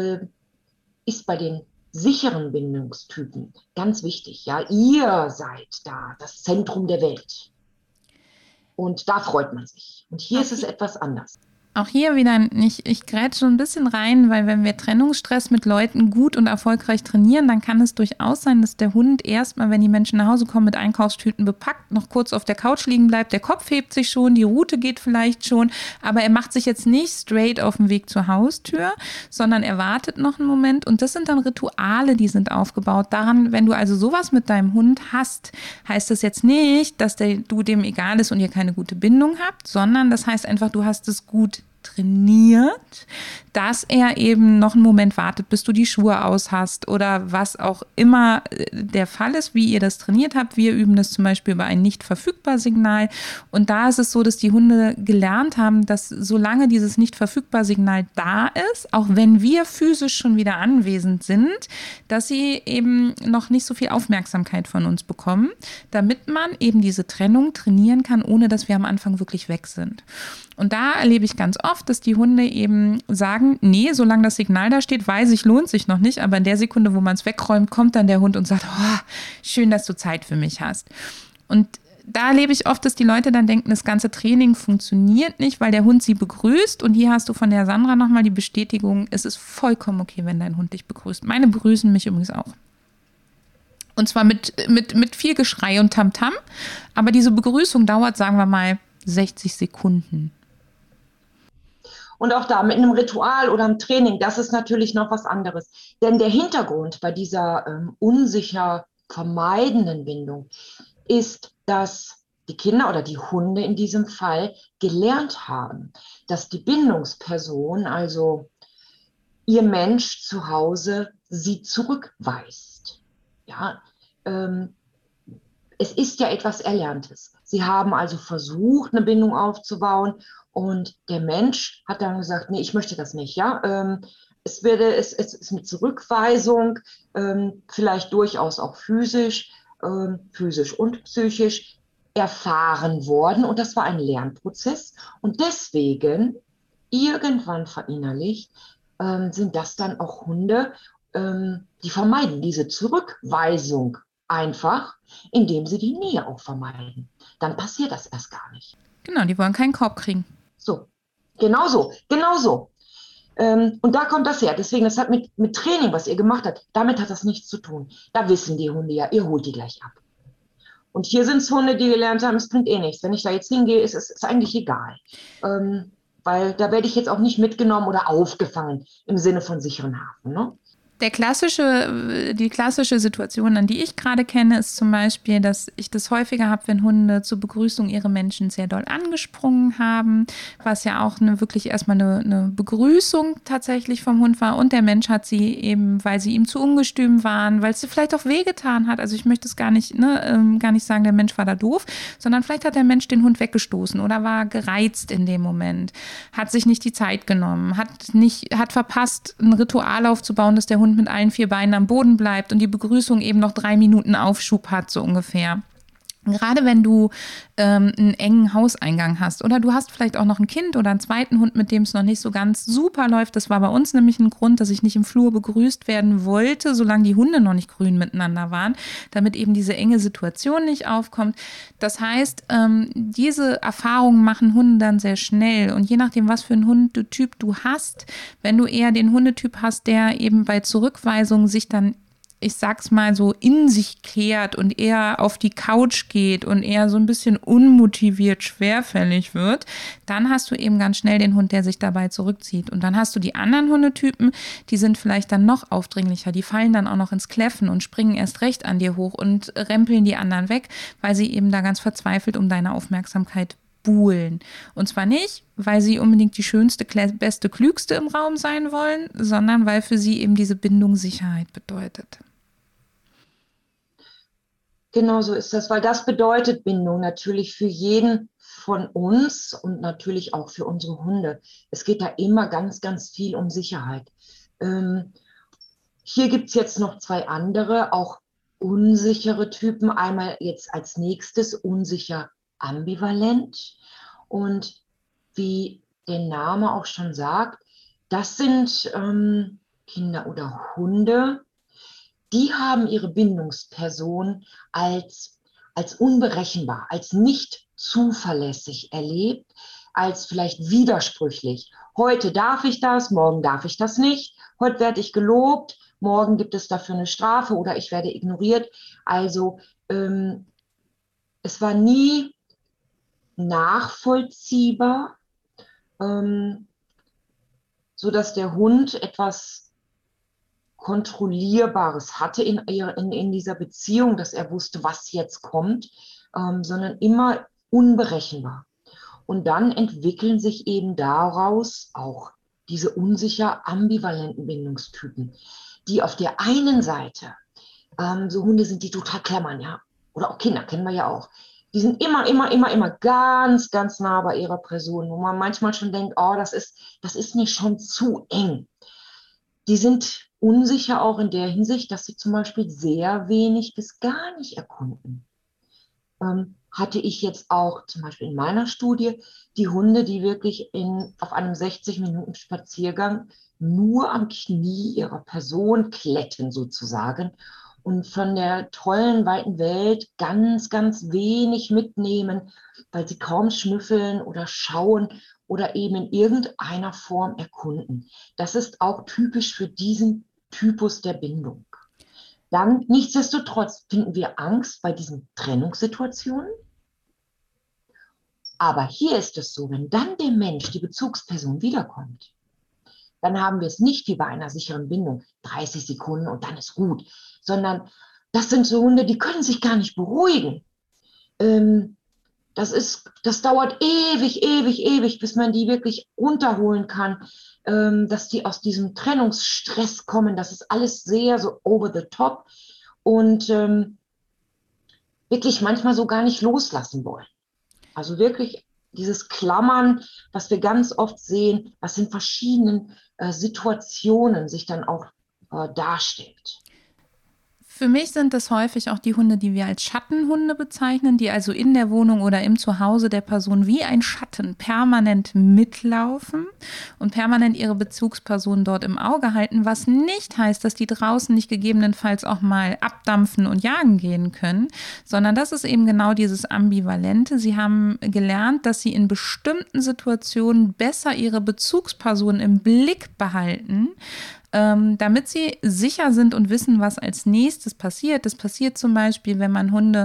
ist bei den sicheren Bindungstypen ganz wichtig. Ja, ihr seid da das Zentrum der Welt. Und da freut man sich. Und hier ist es etwas anders. Auch hier wieder nicht, ich grätsche schon ein bisschen rein, weil wenn wir Trennungsstress mit Leuten gut und erfolgreich trainieren, dann kann es durchaus sein, dass der Hund erstmal, wenn die Menschen nach Hause kommen, mit Einkaufstüten bepackt, noch kurz auf der Couch liegen bleibt, der Kopf hebt sich schon, die Rute geht vielleicht schon, aber er macht sich jetzt nicht straight auf den Weg zur Haustür, sondern er wartet noch einen Moment und das sind dann Rituale, die sind aufgebaut. Daran, wenn du also sowas mit deinem Hund hast, heißt das jetzt nicht, dass du dem egal ist und ihr keine gute Bindung habt, sondern das heißt einfach, du hast es gut trainiert, dass er eben noch einen Moment wartet, bis du die Schuhe aus hast oder was auch immer der Fall ist, wie ihr das trainiert habt. Wir üben das zum Beispiel über ein Nicht-Verfügbar-Signal und da ist es so, dass die Hunde gelernt haben, dass solange dieses Nicht-Verfügbar-Signal da ist, auch wenn wir physisch schon wieder anwesend sind, dass sie eben noch nicht so viel Aufmerksamkeit von uns bekommen, damit man eben diese Trennung trainieren kann, ohne dass wir am Anfang wirklich weg sind. Und da erlebe ich ganz oft, dass die Hunde eben sagen, nee, solange das Signal da steht, weiß ich, lohnt sich noch nicht. Aber in der Sekunde, wo man es wegräumt, kommt dann der Hund und sagt, oh, schön, dass du Zeit für mich hast. Und da erlebe ich oft, dass die Leute dann denken, das ganze Training funktioniert nicht, weil der Hund sie begrüßt. Und hier hast du von der Sandra nochmal die Bestätigung, es ist vollkommen okay, wenn dein Hund dich begrüßt. Meine begrüßen mich übrigens auch. Und zwar mit viel Geschrei und Tamtam. Aber diese Begrüßung dauert, sagen wir mal, 60 Sekunden. Und auch da mit einem Ritual oder einem Training, das ist natürlich noch was anderes. Denn der Hintergrund bei dieser unsicher vermeidenden Bindung ist, dass die Kinder oder die Hunde in diesem Fall gelernt haben, dass die Bindungsperson, also ihr Mensch zu Hause, sie zurückweist. Ja, es ist ja etwas Erlerntes. Sie haben also versucht, eine Bindung aufzubauen und der Mensch hat dann gesagt, nee, ich möchte das nicht. Ja? Es ist mit Zurückweisung, vielleicht durchaus auch physisch und psychisch erfahren worden und das war ein Lernprozess und deswegen irgendwann verinnerlicht sind das dann auch Hunde, die vermeiden diese Zurückweisung einfach, indem sie die Nähe auch vermeiden. Dann passiert das erst gar nicht. Genau, die wollen keinen Korb kriegen. So, genau so. Und da kommt das her. Deswegen, das hat mit Training, was ihr gemacht habt, damit hat das nichts zu tun. Da wissen die Hunde ja, ihr holt die gleich ab. Und hier sind es Hunde, die gelernt haben, es bringt eh nichts. Wenn ich da jetzt hingehe, ist es eigentlich egal. Weil da werde ich jetzt auch nicht mitgenommen oder aufgefangen im Sinne von sicheren Hafen. Ne? Die klassische Situation, an die ich gerade kenne, ist zum Beispiel, dass ich das häufiger habe, wenn Hunde zur Begrüßung ihre Menschen sehr doll angesprungen haben, was ja auch wirklich erstmal eine Begrüßung tatsächlich vom Hund war. Und der Mensch hat sie eben, weil sie ihm zu ungestüm waren, weil es sie vielleicht auch wehgetan hat. Also ich möchte es gar nicht sagen, der Mensch war da doof, sondern vielleicht hat der Mensch den Hund weggestoßen oder war gereizt in dem Moment, hat sich nicht die Zeit genommen, hat verpasst, ein Ritual aufzubauen, dass der Hund mit allen 4 Beinen am Boden bleibt und die Begrüßung eben noch 3 Minuten Aufschub hat, so ungefähr. Gerade wenn du einen engen Hauseingang hast oder du hast vielleicht auch noch ein Kind oder einen zweiten Hund, mit dem es noch nicht so ganz super läuft. Das war bei uns nämlich ein Grund, dass ich nicht im Flur begrüßt werden wollte, solange die Hunde noch nicht grün miteinander waren, damit eben diese enge Situation nicht aufkommt. Das heißt, diese Erfahrungen machen Hunde dann sehr schnell und je nachdem, was für einen Hundetyp du hast, wenn du eher den Hundetyp hast, der eben bei Zurückweisung sich dann, ich sag's mal so, in sich kehrt und eher auf die Couch geht und eher so ein bisschen unmotiviert schwerfällig wird, dann hast du eben ganz schnell den Hund, der sich dabei zurückzieht. Und dann hast du die anderen Hundetypen, die sind vielleicht dann noch aufdringlicher, die fallen dann auch noch ins Kläffen und springen erst recht an dir hoch und rempeln die anderen weg, weil sie eben da ganz verzweifelt um deine Aufmerksamkeit buhlen. Und zwar nicht, weil sie unbedingt die schönste, beste, klügste im Raum sein wollen, sondern weil für sie eben diese Bindung Sicherheit bedeutet. Genau so ist das, weil das bedeutet Bindung natürlich für jeden von uns und natürlich auch für unsere Hunde. Es geht da immer ganz, ganz viel um Sicherheit. Hier gibt es jetzt noch 2 andere, auch unsichere Typen. Einmal jetzt als nächstes unsicher ambivalent. Und wie der Name auch schon sagt, das sind Kinder oder Hunde, die haben ihre Bindungsperson als unberechenbar, als nicht zuverlässig erlebt, als vielleicht widersprüchlich. Heute darf ich das, morgen darf ich das nicht. Heute werde ich gelobt, morgen gibt es dafür eine Strafe oder ich werde ignoriert. Also es war nie nachvollziehbar, sodass der Hund etwas Kontrollierbares hatte in dieser Beziehung, dass er wusste, was jetzt kommt, sondern immer unberechenbar. Und dann entwickeln sich eben daraus auch diese unsicher ambivalenten Bindungstypen, die auf der einen Seite, so Hunde sind, die total klammern, ja, oder auch Kinder, kennen wir ja auch, die sind immer ganz, ganz nah bei ihrer Person, wo man manchmal schon denkt, oh, das ist mir schon zu eng. Die sind unsicher auch in der Hinsicht, dass sie zum Beispiel sehr wenig bis gar nicht erkunden. Hatte ich jetzt auch zum Beispiel in meiner Studie die Hunde, die wirklich auf einem 60-Minuten-Spaziergang nur am Knie ihrer Person kletten sozusagen und von der tollen, weiten Welt ganz, ganz wenig mitnehmen, weil sie kaum schnüffeln oder schauen oder eben in irgendeiner Form erkunden. Das ist auch typisch für diesen Typus der Bindung. Dann nichtsdestotrotz finden wir Angst bei diesen Trennungssituationen. Aber hier ist es so, wenn dann der Mensch, die Bezugsperson wiederkommt, dann haben wir es nicht wie bei einer sicheren Bindung, 30 Sekunden und dann ist gut, sondern das sind so Hunde, die können sich gar nicht beruhigen. Das dauert ewig, bis man die wirklich runterholen kann, dass die aus diesem Trennungsstress kommen. Das ist alles sehr so over the top und wirklich manchmal so gar nicht loslassen wollen. Also wirklich dieses Klammern, was wir ganz oft sehen, was in verschiedenen Situationen sich dann auch darstellt. Für mich sind das häufig auch die Hunde, die wir als Schattenhunde bezeichnen, die also in der Wohnung oder im Zuhause der Person wie ein Schatten permanent mitlaufen und permanent ihre Bezugsperson dort im Auge halten, was nicht heißt, dass die draußen nicht gegebenenfalls auch mal abdampfen und jagen gehen können, sondern das ist eben genau dieses Ambivalente. Sie haben gelernt, dass sie in bestimmten Situationen besser ihre Bezugsperson im Blick behalten, damit sie sicher sind und wissen, was als nächstes passiert. Das passiert zum Beispiel, wenn man Hunde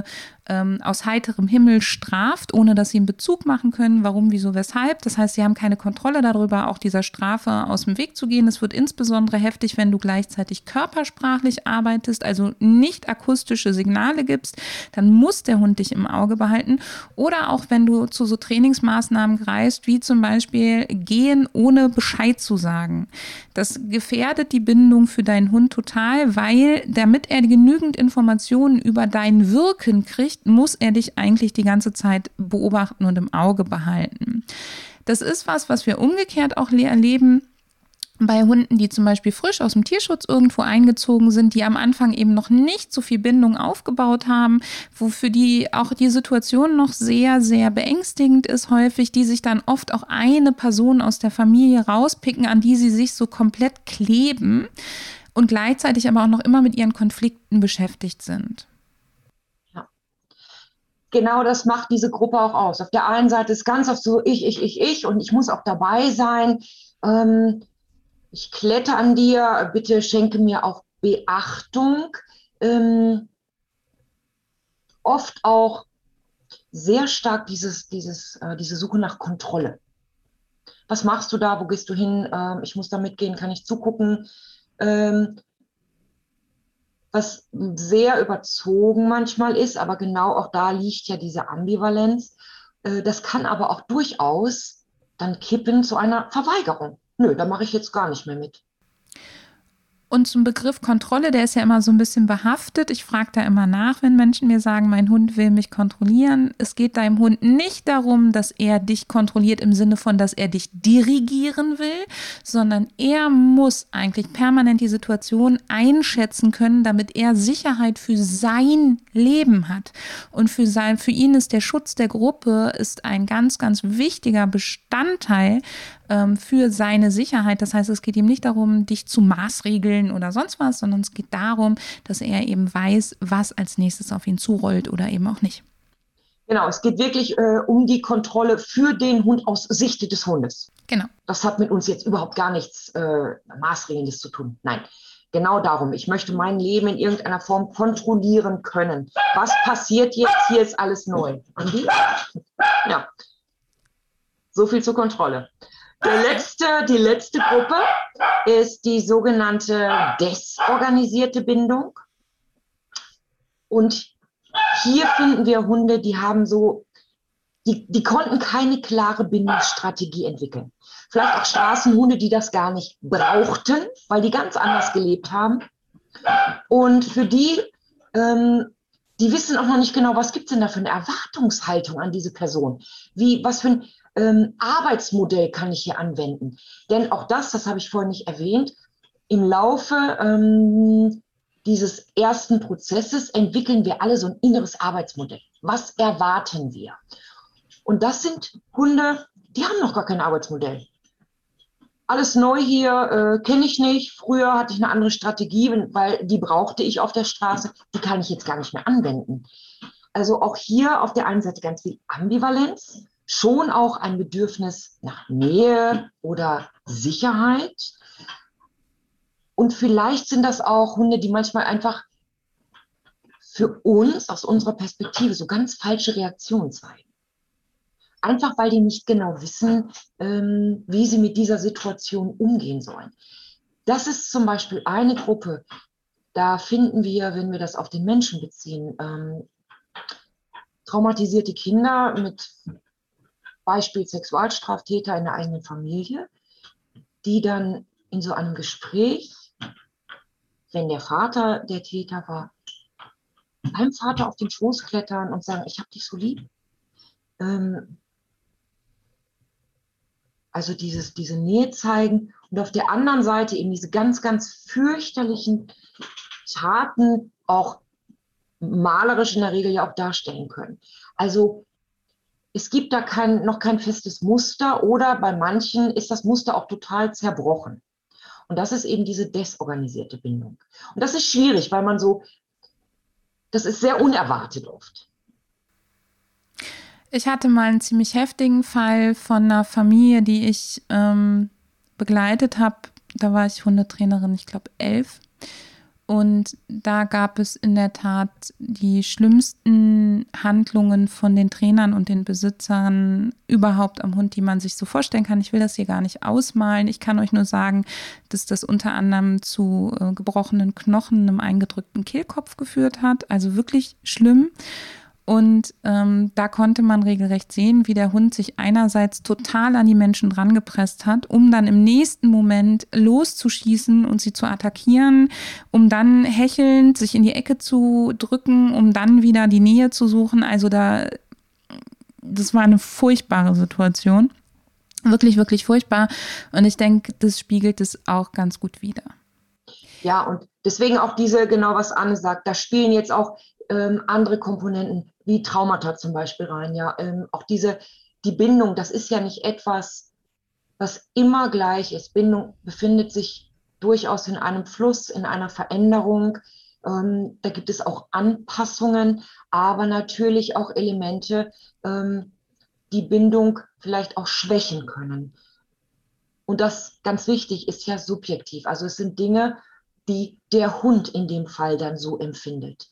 aus heiterem Himmel straft, ohne dass sie einen Bezug machen können, warum, wieso, weshalb. Das heißt, sie haben keine Kontrolle darüber, auch dieser Strafe aus dem Weg zu gehen. Es wird insbesondere heftig, wenn du gleichzeitig körpersprachlich arbeitest, also nicht akustische Signale gibst, dann muss der Hund dich im Auge behalten. Oder auch wenn du zu so Trainingsmaßnahmen greifst, wie zum Beispiel gehen, ohne Bescheid zu sagen. Das gefährdet die Bindung für deinen Hund total, weil damit er genügend Informationen über dein Wirken kriegt, muss er dich eigentlich die ganze Zeit beobachten und im Auge behalten. Das ist was wir umgekehrt auch erleben bei Hunden, die zum Beispiel frisch aus dem Tierschutz irgendwo eingezogen sind, die am Anfang eben noch nicht so viel Bindung aufgebaut haben, wofür die auch die Situation noch sehr, sehr beängstigend ist häufig, die sich dann oft auch eine Person aus der Familie rauspicken, an die sie sich so komplett kleben und gleichzeitig aber auch noch immer mit ihren Konflikten beschäftigt sind. Ja. Genau das macht diese Gruppe auch aus. Auf der einen Seite ist ganz oft so ich und ich muss auch dabei sein. Ich kletter an dir, bitte schenke mir auch Beachtung. Oft auch sehr stark diese Suche nach Kontrolle. Was machst du da? Wo gehst du hin? Ich muss da mitgehen, kann ich zugucken? Was sehr überzogen manchmal ist, aber genau auch da liegt ja diese Ambivalenz. Das kann aber auch durchaus dann kippen zu einer Verweigerung. Nö, da mache ich jetzt gar nicht mehr mit. Und zum Begriff Kontrolle, der ist ja immer so ein bisschen behaftet. Ich frage da immer nach, wenn Menschen mir sagen, mein Hund will mich kontrollieren. Es geht deinem Hund nicht darum, dass er dich kontrolliert im Sinne von, dass er dich dirigieren will, sondern er muss eigentlich permanent die Situation einschätzen können, damit er Sicherheit für sein Leben hat. Und für ihn ist der Schutz der Gruppe ist ein ganz, ganz wichtiger Bestandteil für seine Sicherheit. Das heißt, es geht ihm nicht darum, dich zu maßregeln oder sonst was, sondern es geht darum, dass er eben weiß, was als nächstes auf ihn zurollt oder eben auch nicht. Genau, es geht wirklich um die Kontrolle für den Hund aus Sicht des Hundes. Genau. Das hat mit uns jetzt überhaupt gar nichts Maßregelndes zu tun. Nein, genau darum. Ich möchte mein Leben in irgendeiner Form kontrollieren können. Was passiert jetzt? Hier ist alles neu. Andi? Ja, so viel zur Kontrolle. Die letzte Gruppe ist die sogenannte desorganisierte Bindung. Und hier finden wir Hunde, die haben die konnten keine klare Bindungsstrategie entwickeln. Vielleicht auch Straßenhunde, die das gar nicht brauchten, weil die ganz anders gelebt haben. Und für die wissen auch noch nicht genau, was gibt es denn da für eine Erwartungshaltung an diese Person? Was für ein Arbeitsmodell kann ich hier anwenden? Denn auch das habe ich vorhin nicht erwähnt, im Laufe dieses ersten Prozesses entwickeln wir alle so ein inneres Arbeitsmodell. Was erwarten wir? Und das sind Hunde, die haben noch gar kein Arbeitsmodell. Alles neu hier, kenne ich nicht. Früher hatte ich eine andere Strategie, weil die brauchte ich auf der Straße. Die kann ich jetzt gar nicht mehr anwenden. Also auch hier auf der einen Seite ganz viel Ambivalenz, schon auch ein Bedürfnis nach Nähe oder Sicherheit. Und vielleicht sind das auch Hunde, die manchmal einfach für uns aus unserer Perspektive so ganz falsche Reaktionen zeigen. Einfach weil die nicht genau wissen, wie sie mit dieser Situation umgehen sollen. Das ist zum Beispiel eine Gruppe, da finden wir, wenn wir das auf den Menschen beziehen, traumatisierte Kinder mit Beispiel Sexualstraftäter in der eigenen Familie, die dann in so einem Gespräch, wenn der Vater der Täter war, beim Vater auf den Schoß klettern und sagen, ich hab dich so lieb. Also diese Nähe zeigen und auf der anderen Seite eben diese ganz, ganz fürchterlichen Taten auch malerisch in der Regel ja auch darstellen können. Also es gibt da noch kein festes Muster oder bei manchen ist das Muster auch total zerbrochen. Und das ist eben diese desorganisierte Bindung. Und das ist schwierig, weil das ist sehr unerwartet oft. Ich hatte mal einen ziemlich heftigen Fall von einer Familie, die ich begleitet habe. Da war ich Hundetrainerin, ich glaube 11. Und da gab es in der Tat die schlimmsten Handlungen von den Trainern und den Besitzern überhaupt am Hund, die man sich so vorstellen kann. Ich will das hier gar nicht ausmalen. Ich kann euch nur sagen, dass das unter anderem zu gebrochenen Knochen, einem eingedrückten Kehlkopf geführt hat. Also wirklich schlimm. Und da konnte man regelrecht sehen, wie der Hund sich einerseits total an die Menschen drangepresst hat, um dann im nächsten Moment loszuschießen und sie zu attackieren, um dann hechelnd sich in die Ecke zu drücken, um dann wieder die Nähe zu suchen. Also das war eine furchtbare Situation. Wirklich, wirklich furchtbar. Und ich denke, das spiegelt es auch ganz gut wider. Ja, und deswegen auch genau was Anne sagt, da spielen jetzt auch andere Komponenten wie Traumata zum Beispiel rein. Ja, auch die Bindung, das ist ja nicht etwas, was immer gleich ist. Bindung befindet sich durchaus in einem Fluss, in einer Veränderung. Da gibt es auch Anpassungen, aber natürlich auch Elemente, die Bindung vielleicht auch schwächen können. Und das, ganz wichtig, ist ja subjektiv. Also es sind Dinge, die der Hund in dem Fall dann so empfindet.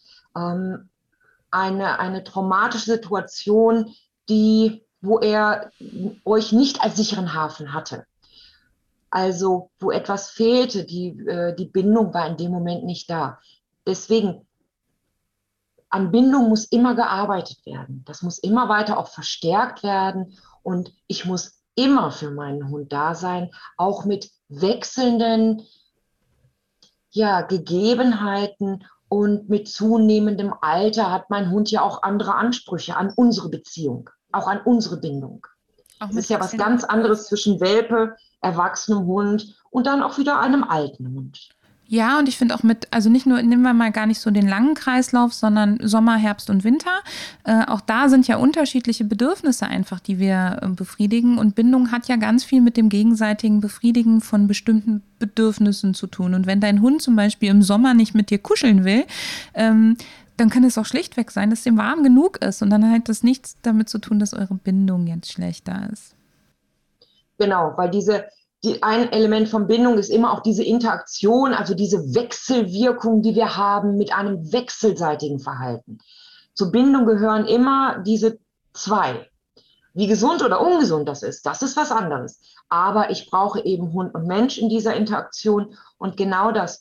Eine traumatische Situation, wo er euch nicht als sicheren Hafen hatte. Also wo etwas fehlte, die Bindung war in dem Moment nicht da. Deswegen, an Bindung muss immer gearbeitet werden. Das muss immer weiter auch verstärkt werden. Und ich muss immer für meinen Hund da sein, auch mit wechselnden Gegebenheiten, und mit zunehmendem Alter hat mein Hund ja auch andere Ansprüche an unsere Beziehung, auch an unsere Bindung. Es ist ja was ganz anderes zwischen Welpe, erwachsenem Hund und dann auch wieder einem alten Hund. Ja, und ich finde auch also nicht nur, nehmen wir mal gar nicht so den langen Kreislauf, sondern Sommer, Herbst und Winter. Auch da sind ja unterschiedliche Bedürfnisse einfach, die wir befriedigen. Und Bindung hat ja ganz viel mit dem gegenseitigen Befriedigen von bestimmten Bedürfnissen zu tun. Und wenn dein Hund zum Beispiel im Sommer nicht mit dir kuscheln will, dann kann es auch schlichtweg sein, dass dem warm genug ist. Und dann hat das nichts damit zu tun, dass eure Bindung jetzt schlechter ist. Genau, weil ein Element von Bindung ist immer auch diese Interaktion, also diese Wechselwirkung, die wir haben mit einem wechselseitigen Verhalten. Zur Bindung gehören immer diese zwei. Wie gesund oder ungesund das ist was anderes. Aber ich brauche eben Hund und Mensch in dieser Interaktion und genau das,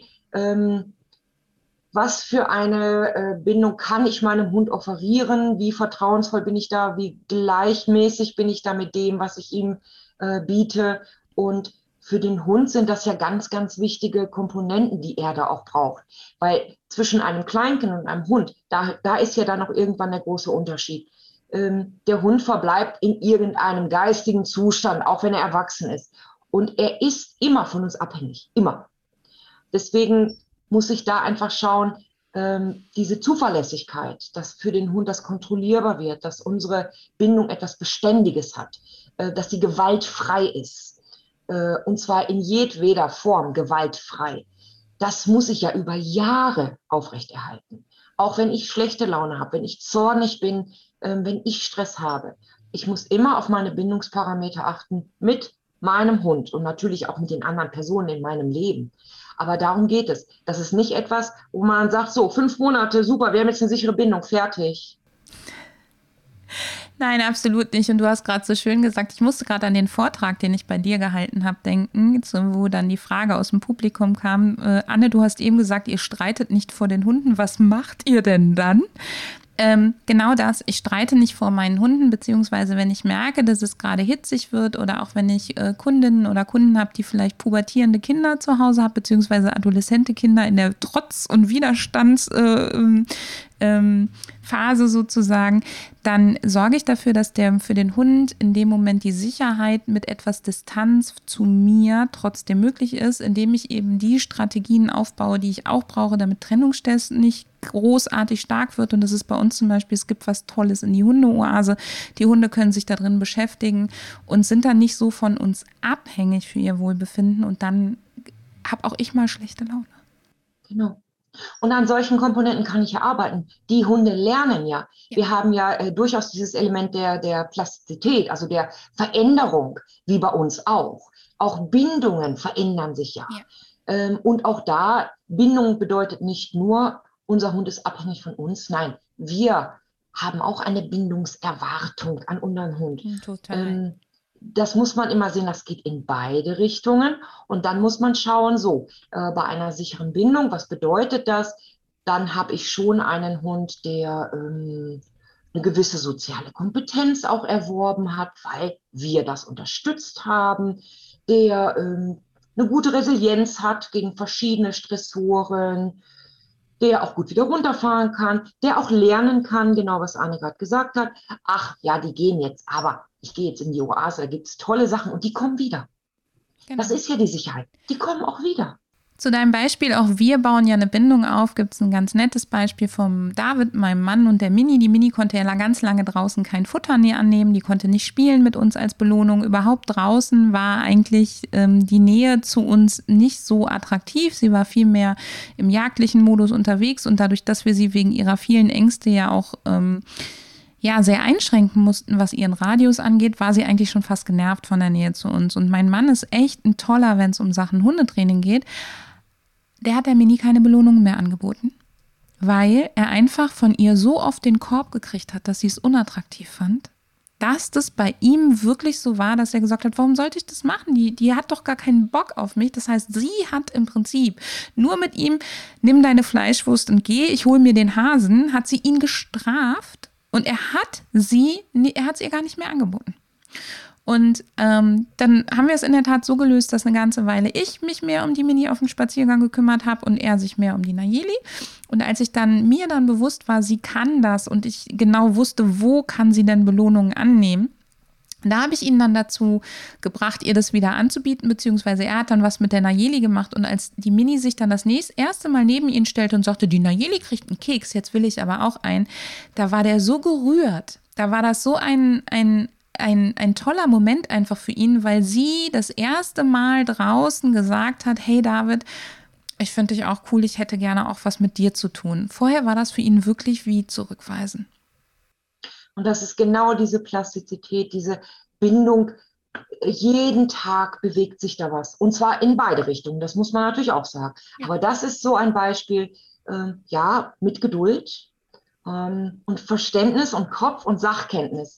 was für eine Bindung kann ich meinem Hund offerieren, wie vertrauensvoll bin ich da, wie gleichmäßig bin ich da mit dem, was ich ihm biete. Und für den Hund sind das ja ganz, ganz wichtige Komponenten, die er da auch braucht. Weil zwischen einem Kleinkind und einem Hund, da ist ja dann noch irgendwann der große Unterschied. Der Hund verbleibt in irgendeinem geistigen Zustand, auch wenn er erwachsen ist. Und er ist immer von uns abhängig, immer. Deswegen muss ich da einfach schauen, diese Zuverlässigkeit, dass für den Hund das kontrollierbar wird, dass unsere Bindung etwas Beständiges hat, dass sie gewaltfrei ist. Und zwar in jedweder Form gewaltfrei. Das muss ich ja über Jahre aufrechterhalten. Auch wenn ich schlechte Laune habe, wenn ich zornig bin, wenn ich Stress habe. Ich muss immer auf meine Bindungsparameter achten mit meinem Hund und natürlich auch mit den anderen Personen in meinem Leben. Aber darum geht es. Das ist nicht etwas, wo man sagt, so 5 Monate, super, wir haben jetzt eine sichere Bindung, fertig. Nein, absolut nicht. Und du hast gerade so schön gesagt, ich musste gerade an den Vortrag, den ich bei dir gehalten habe, denken, wo dann die Frage aus dem Publikum kam, Anne, du hast eben gesagt, ihr streitet nicht vor den Hunden. Was macht ihr denn dann? Genau das, ich streite nicht vor meinen Hunden, beziehungsweise wenn ich merke, dass es gerade hitzig wird oder auch wenn ich Kundinnen oder Kunden habe, die vielleicht pubertierende Kinder zu Hause haben, beziehungsweise adoleszente Kinder in der Trotz- und Widerstandsphase sozusagen, dann sorge ich dafür, dass der für den Hund in dem Moment die Sicherheit mit etwas Distanz zu mir trotzdem möglich ist, indem ich eben die Strategien aufbaue, die ich auch brauche, damit Trennungsstress nicht großartig stark wird. Und das ist bei uns zum Beispiel, es gibt was Tolles in die Hundeoase. Die Hunde können sich da drin beschäftigen und sind dann nicht so von uns abhängig für ihr Wohlbefinden. Und dann habe auch ich mal schlechte Laune. Genau. Und an solchen Komponenten kann ich ja arbeiten. Die Hunde lernen ja. Wir haben ja durchaus dieses Element der Plastizität, also der Veränderung, wie bei uns auch. Auch Bindungen verändern sich ja. Und auch da, Bindung bedeutet nicht nur, unser Hund ist abhängig von uns. Nein, wir haben auch eine Bindungserwartung an unseren Hund. Total. Das muss man immer sehen, das geht in beide Richtungen. Und dann muss man schauen, bei einer sicheren Bindung, was bedeutet das? Dann habe ich schon einen Hund, der eine gewisse soziale Kompetenz auch erworben hat, weil wir das unterstützt haben, der eine gute Resilienz hat gegen verschiedene Stressoren, der auch gut wieder runterfahren kann, der auch lernen kann, genau was Anne gerade gesagt hat. Ach ja, die gehen jetzt, aber ich gehe jetzt in die Oase, da gibt es tolle Sachen und die kommen wieder. Genau. Das ist ja die Sicherheit. Die kommen auch wieder. Zu deinem Beispiel, auch wir bauen ja eine Bindung auf, gibt es ein ganz nettes Beispiel vom David, meinem Mann, und der Mini. Die Mini konnte ja ganz lange draußen kein Futter annehmen, die konnte nicht spielen mit uns als Belohnung. Überhaupt draußen war eigentlich die Nähe zu uns nicht so attraktiv. Sie war viel mehr im jagdlichen Modus unterwegs und dadurch, dass wir sie wegen ihrer vielen Ängste ja auch sehr einschränken mussten, was ihren Radius angeht, war sie eigentlich schon fast genervt von der Nähe zu uns. Und mein Mann ist echt ein toller, wenn es um Sachen Hundetraining geht. Der hat der Mini keine Belohnung mehr angeboten, weil er einfach von ihr so oft den Korb gekriegt hat, dass sie es unattraktiv fand, dass das bei ihm wirklich so war, dass er gesagt hat, warum sollte ich das machen? Die hat doch gar keinen Bock auf mich. Das heißt, sie hat im Prinzip nur mit ihm, nimm deine Fleischwurst und geh, ich hole mir den Hasen, hat sie ihn gestraft und er hat es ihr gar nicht mehr angeboten. Und dann haben wir es in der Tat so gelöst, dass eine ganze Weile ich mich mehr um die Mini auf dem Spaziergang gekümmert habe und er sich mehr um die Nayeli. Und als mir dann bewusst war, sie kann das und ich genau wusste, wo kann sie denn Belohnungen annehmen, da habe ich ihn dann dazu gebracht, ihr das wieder anzubieten, beziehungsweise er hat dann was mit der Nayeli gemacht. Und als die Mini sich dann das erste Mal neben ihn stellte und sagte, die Nayeli kriegt einen Keks, jetzt will ich aber auch einen, da war der so gerührt. Da war das so ein toller Moment einfach für ihn, weil sie das erste Mal draußen gesagt hat, hey David, ich finde dich auch cool, ich hätte gerne auch was mit dir zu tun. Vorher war das für ihn wirklich wie zurückweisen. Und das ist genau diese Plastizität, diese Bindung. Jeden Tag bewegt sich da was. Und zwar in beide Richtungen, das muss man natürlich auch sagen. Ja. Aber das ist so ein Beispiel, mit Geduld und Verständnis und Kopf und Sachkenntnis.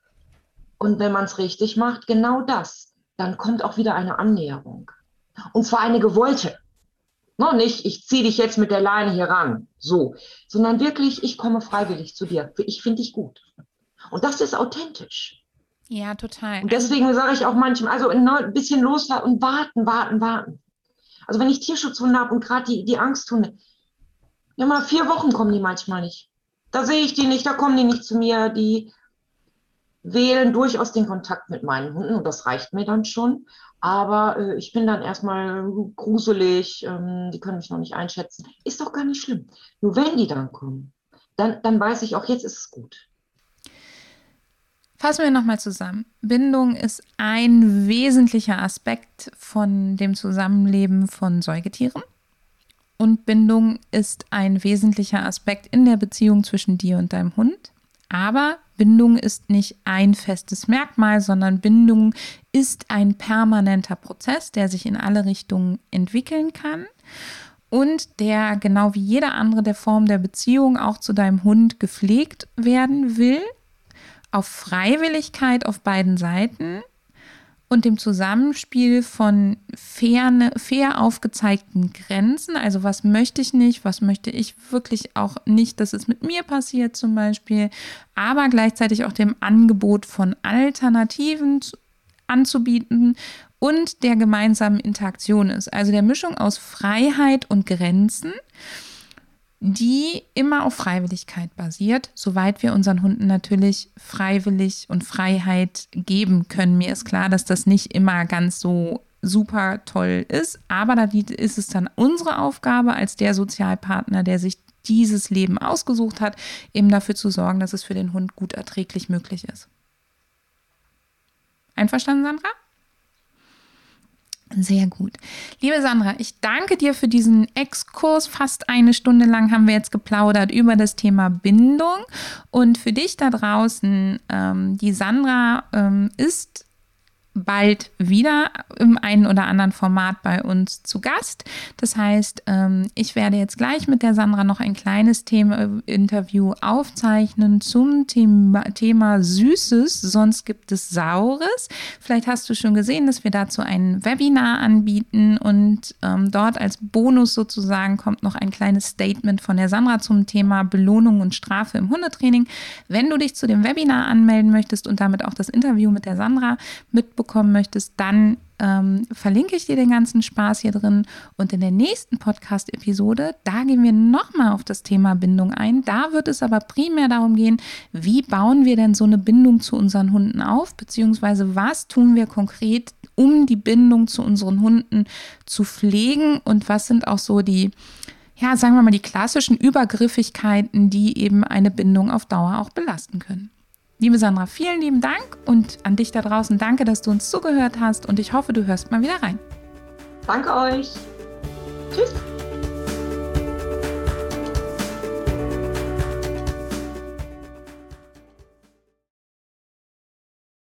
Und wenn man es richtig macht, genau das, dann kommt auch wieder eine Annäherung. Und zwar eine gewollte. Noch nicht, ich ziehe dich jetzt mit der Leine hier ran, sondern wirklich, ich komme freiwillig zu dir. Ich finde dich gut. Und das ist authentisch. Ja, total. Und deswegen sage ich auch manchmal, also ein bisschen loslassen und warten. Also wenn ich Tierschutzhunde habe und gerade die Angsthunde, ja mal 4 Wochen kommen die manchmal nicht. Da sehe ich die nicht, da kommen die nicht zu mir, die wählen durchaus den Kontakt mit meinen Hunden und das reicht mir dann schon. Aber ich bin dann erstmal gruselig, die können mich noch nicht einschätzen. Ist doch gar nicht schlimm. Nur wenn die dann kommen, dann weiß ich auch, jetzt ist es gut. Fassen wir nochmal zusammen. Bindung ist ein wesentlicher Aspekt von dem Zusammenleben von Säugetieren. Und Bindung ist ein wesentlicher Aspekt in der Beziehung zwischen dir und deinem Hund. Aber Bindung ist nicht ein festes Merkmal, sondern Bindung ist ein permanenter Prozess, der sich in alle Richtungen entwickeln kann und der genau wie jede andere der Form der Beziehung auch zu deinem Hund gepflegt werden will, auf Freiwilligkeit auf beiden Seiten und dem Zusammenspiel von fair aufgezeigten Grenzen, also was möchte ich nicht, was möchte ich wirklich auch nicht, dass es mit mir passiert zum Beispiel, aber gleichzeitig auch dem Angebot von Alternativen anzubieten und der gemeinsamen Interaktion ist, also der Mischung aus Freiheit und Grenzen, die immer auf Freiwilligkeit basiert, soweit wir unseren Hunden natürlich freiwillig und Freiheit geben können. Mir ist klar, dass das nicht immer ganz so super toll ist, aber da ist es dann unsere Aufgabe als der Sozialpartner, der sich dieses Leben ausgesucht hat, eben dafür zu sorgen, dass es für den Hund gut erträglich möglich ist. Einverstanden, Sandra? Sehr gut. Liebe Sandra, ich danke dir für diesen Exkurs. Fast 1 Stunde lang haben wir jetzt geplaudert über das Thema Bindung. Und für dich da draußen, die Sandra ist bald wieder im einen oder anderen Format bei uns zu Gast. Das heißt, ich werde jetzt gleich mit der Sandra noch ein kleines Interview aufzeichnen zum Thema Süßes, sonst gibt es Saures. Vielleicht hast du schon gesehen, dass wir dazu ein Webinar anbieten und dort als Bonus sozusagen kommt noch ein kleines Statement von der Sandra zum Thema Belohnung und Strafe im Hundetraining. Wenn du dich zu dem Webinar anmelden möchtest und damit auch das Interview mit der Sandra mitbekommen möchtest, dann verlinke ich dir den ganzen Spaß hier drin. Und in der nächsten Podcast-Episode, da gehen wir nochmal auf das Thema Bindung ein. Da wird es aber primär darum gehen, wie bauen wir denn so eine Bindung zu unseren Hunden auf, beziehungsweise was tun wir konkret, um die Bindung zu unseren Hunden zu pflegen und was sind auch so die, ja, sagen wir mal, die klassischen Übergriffigkeiten, die eben eine Bindung auf Dauer auch belasten können. Liebe Sandra, vielen lieben Dank und an dich da draußen danke, dass du uns zugehört hast und ich hoffe, du hörst mal wieder rein. Danke euch. Tschüss.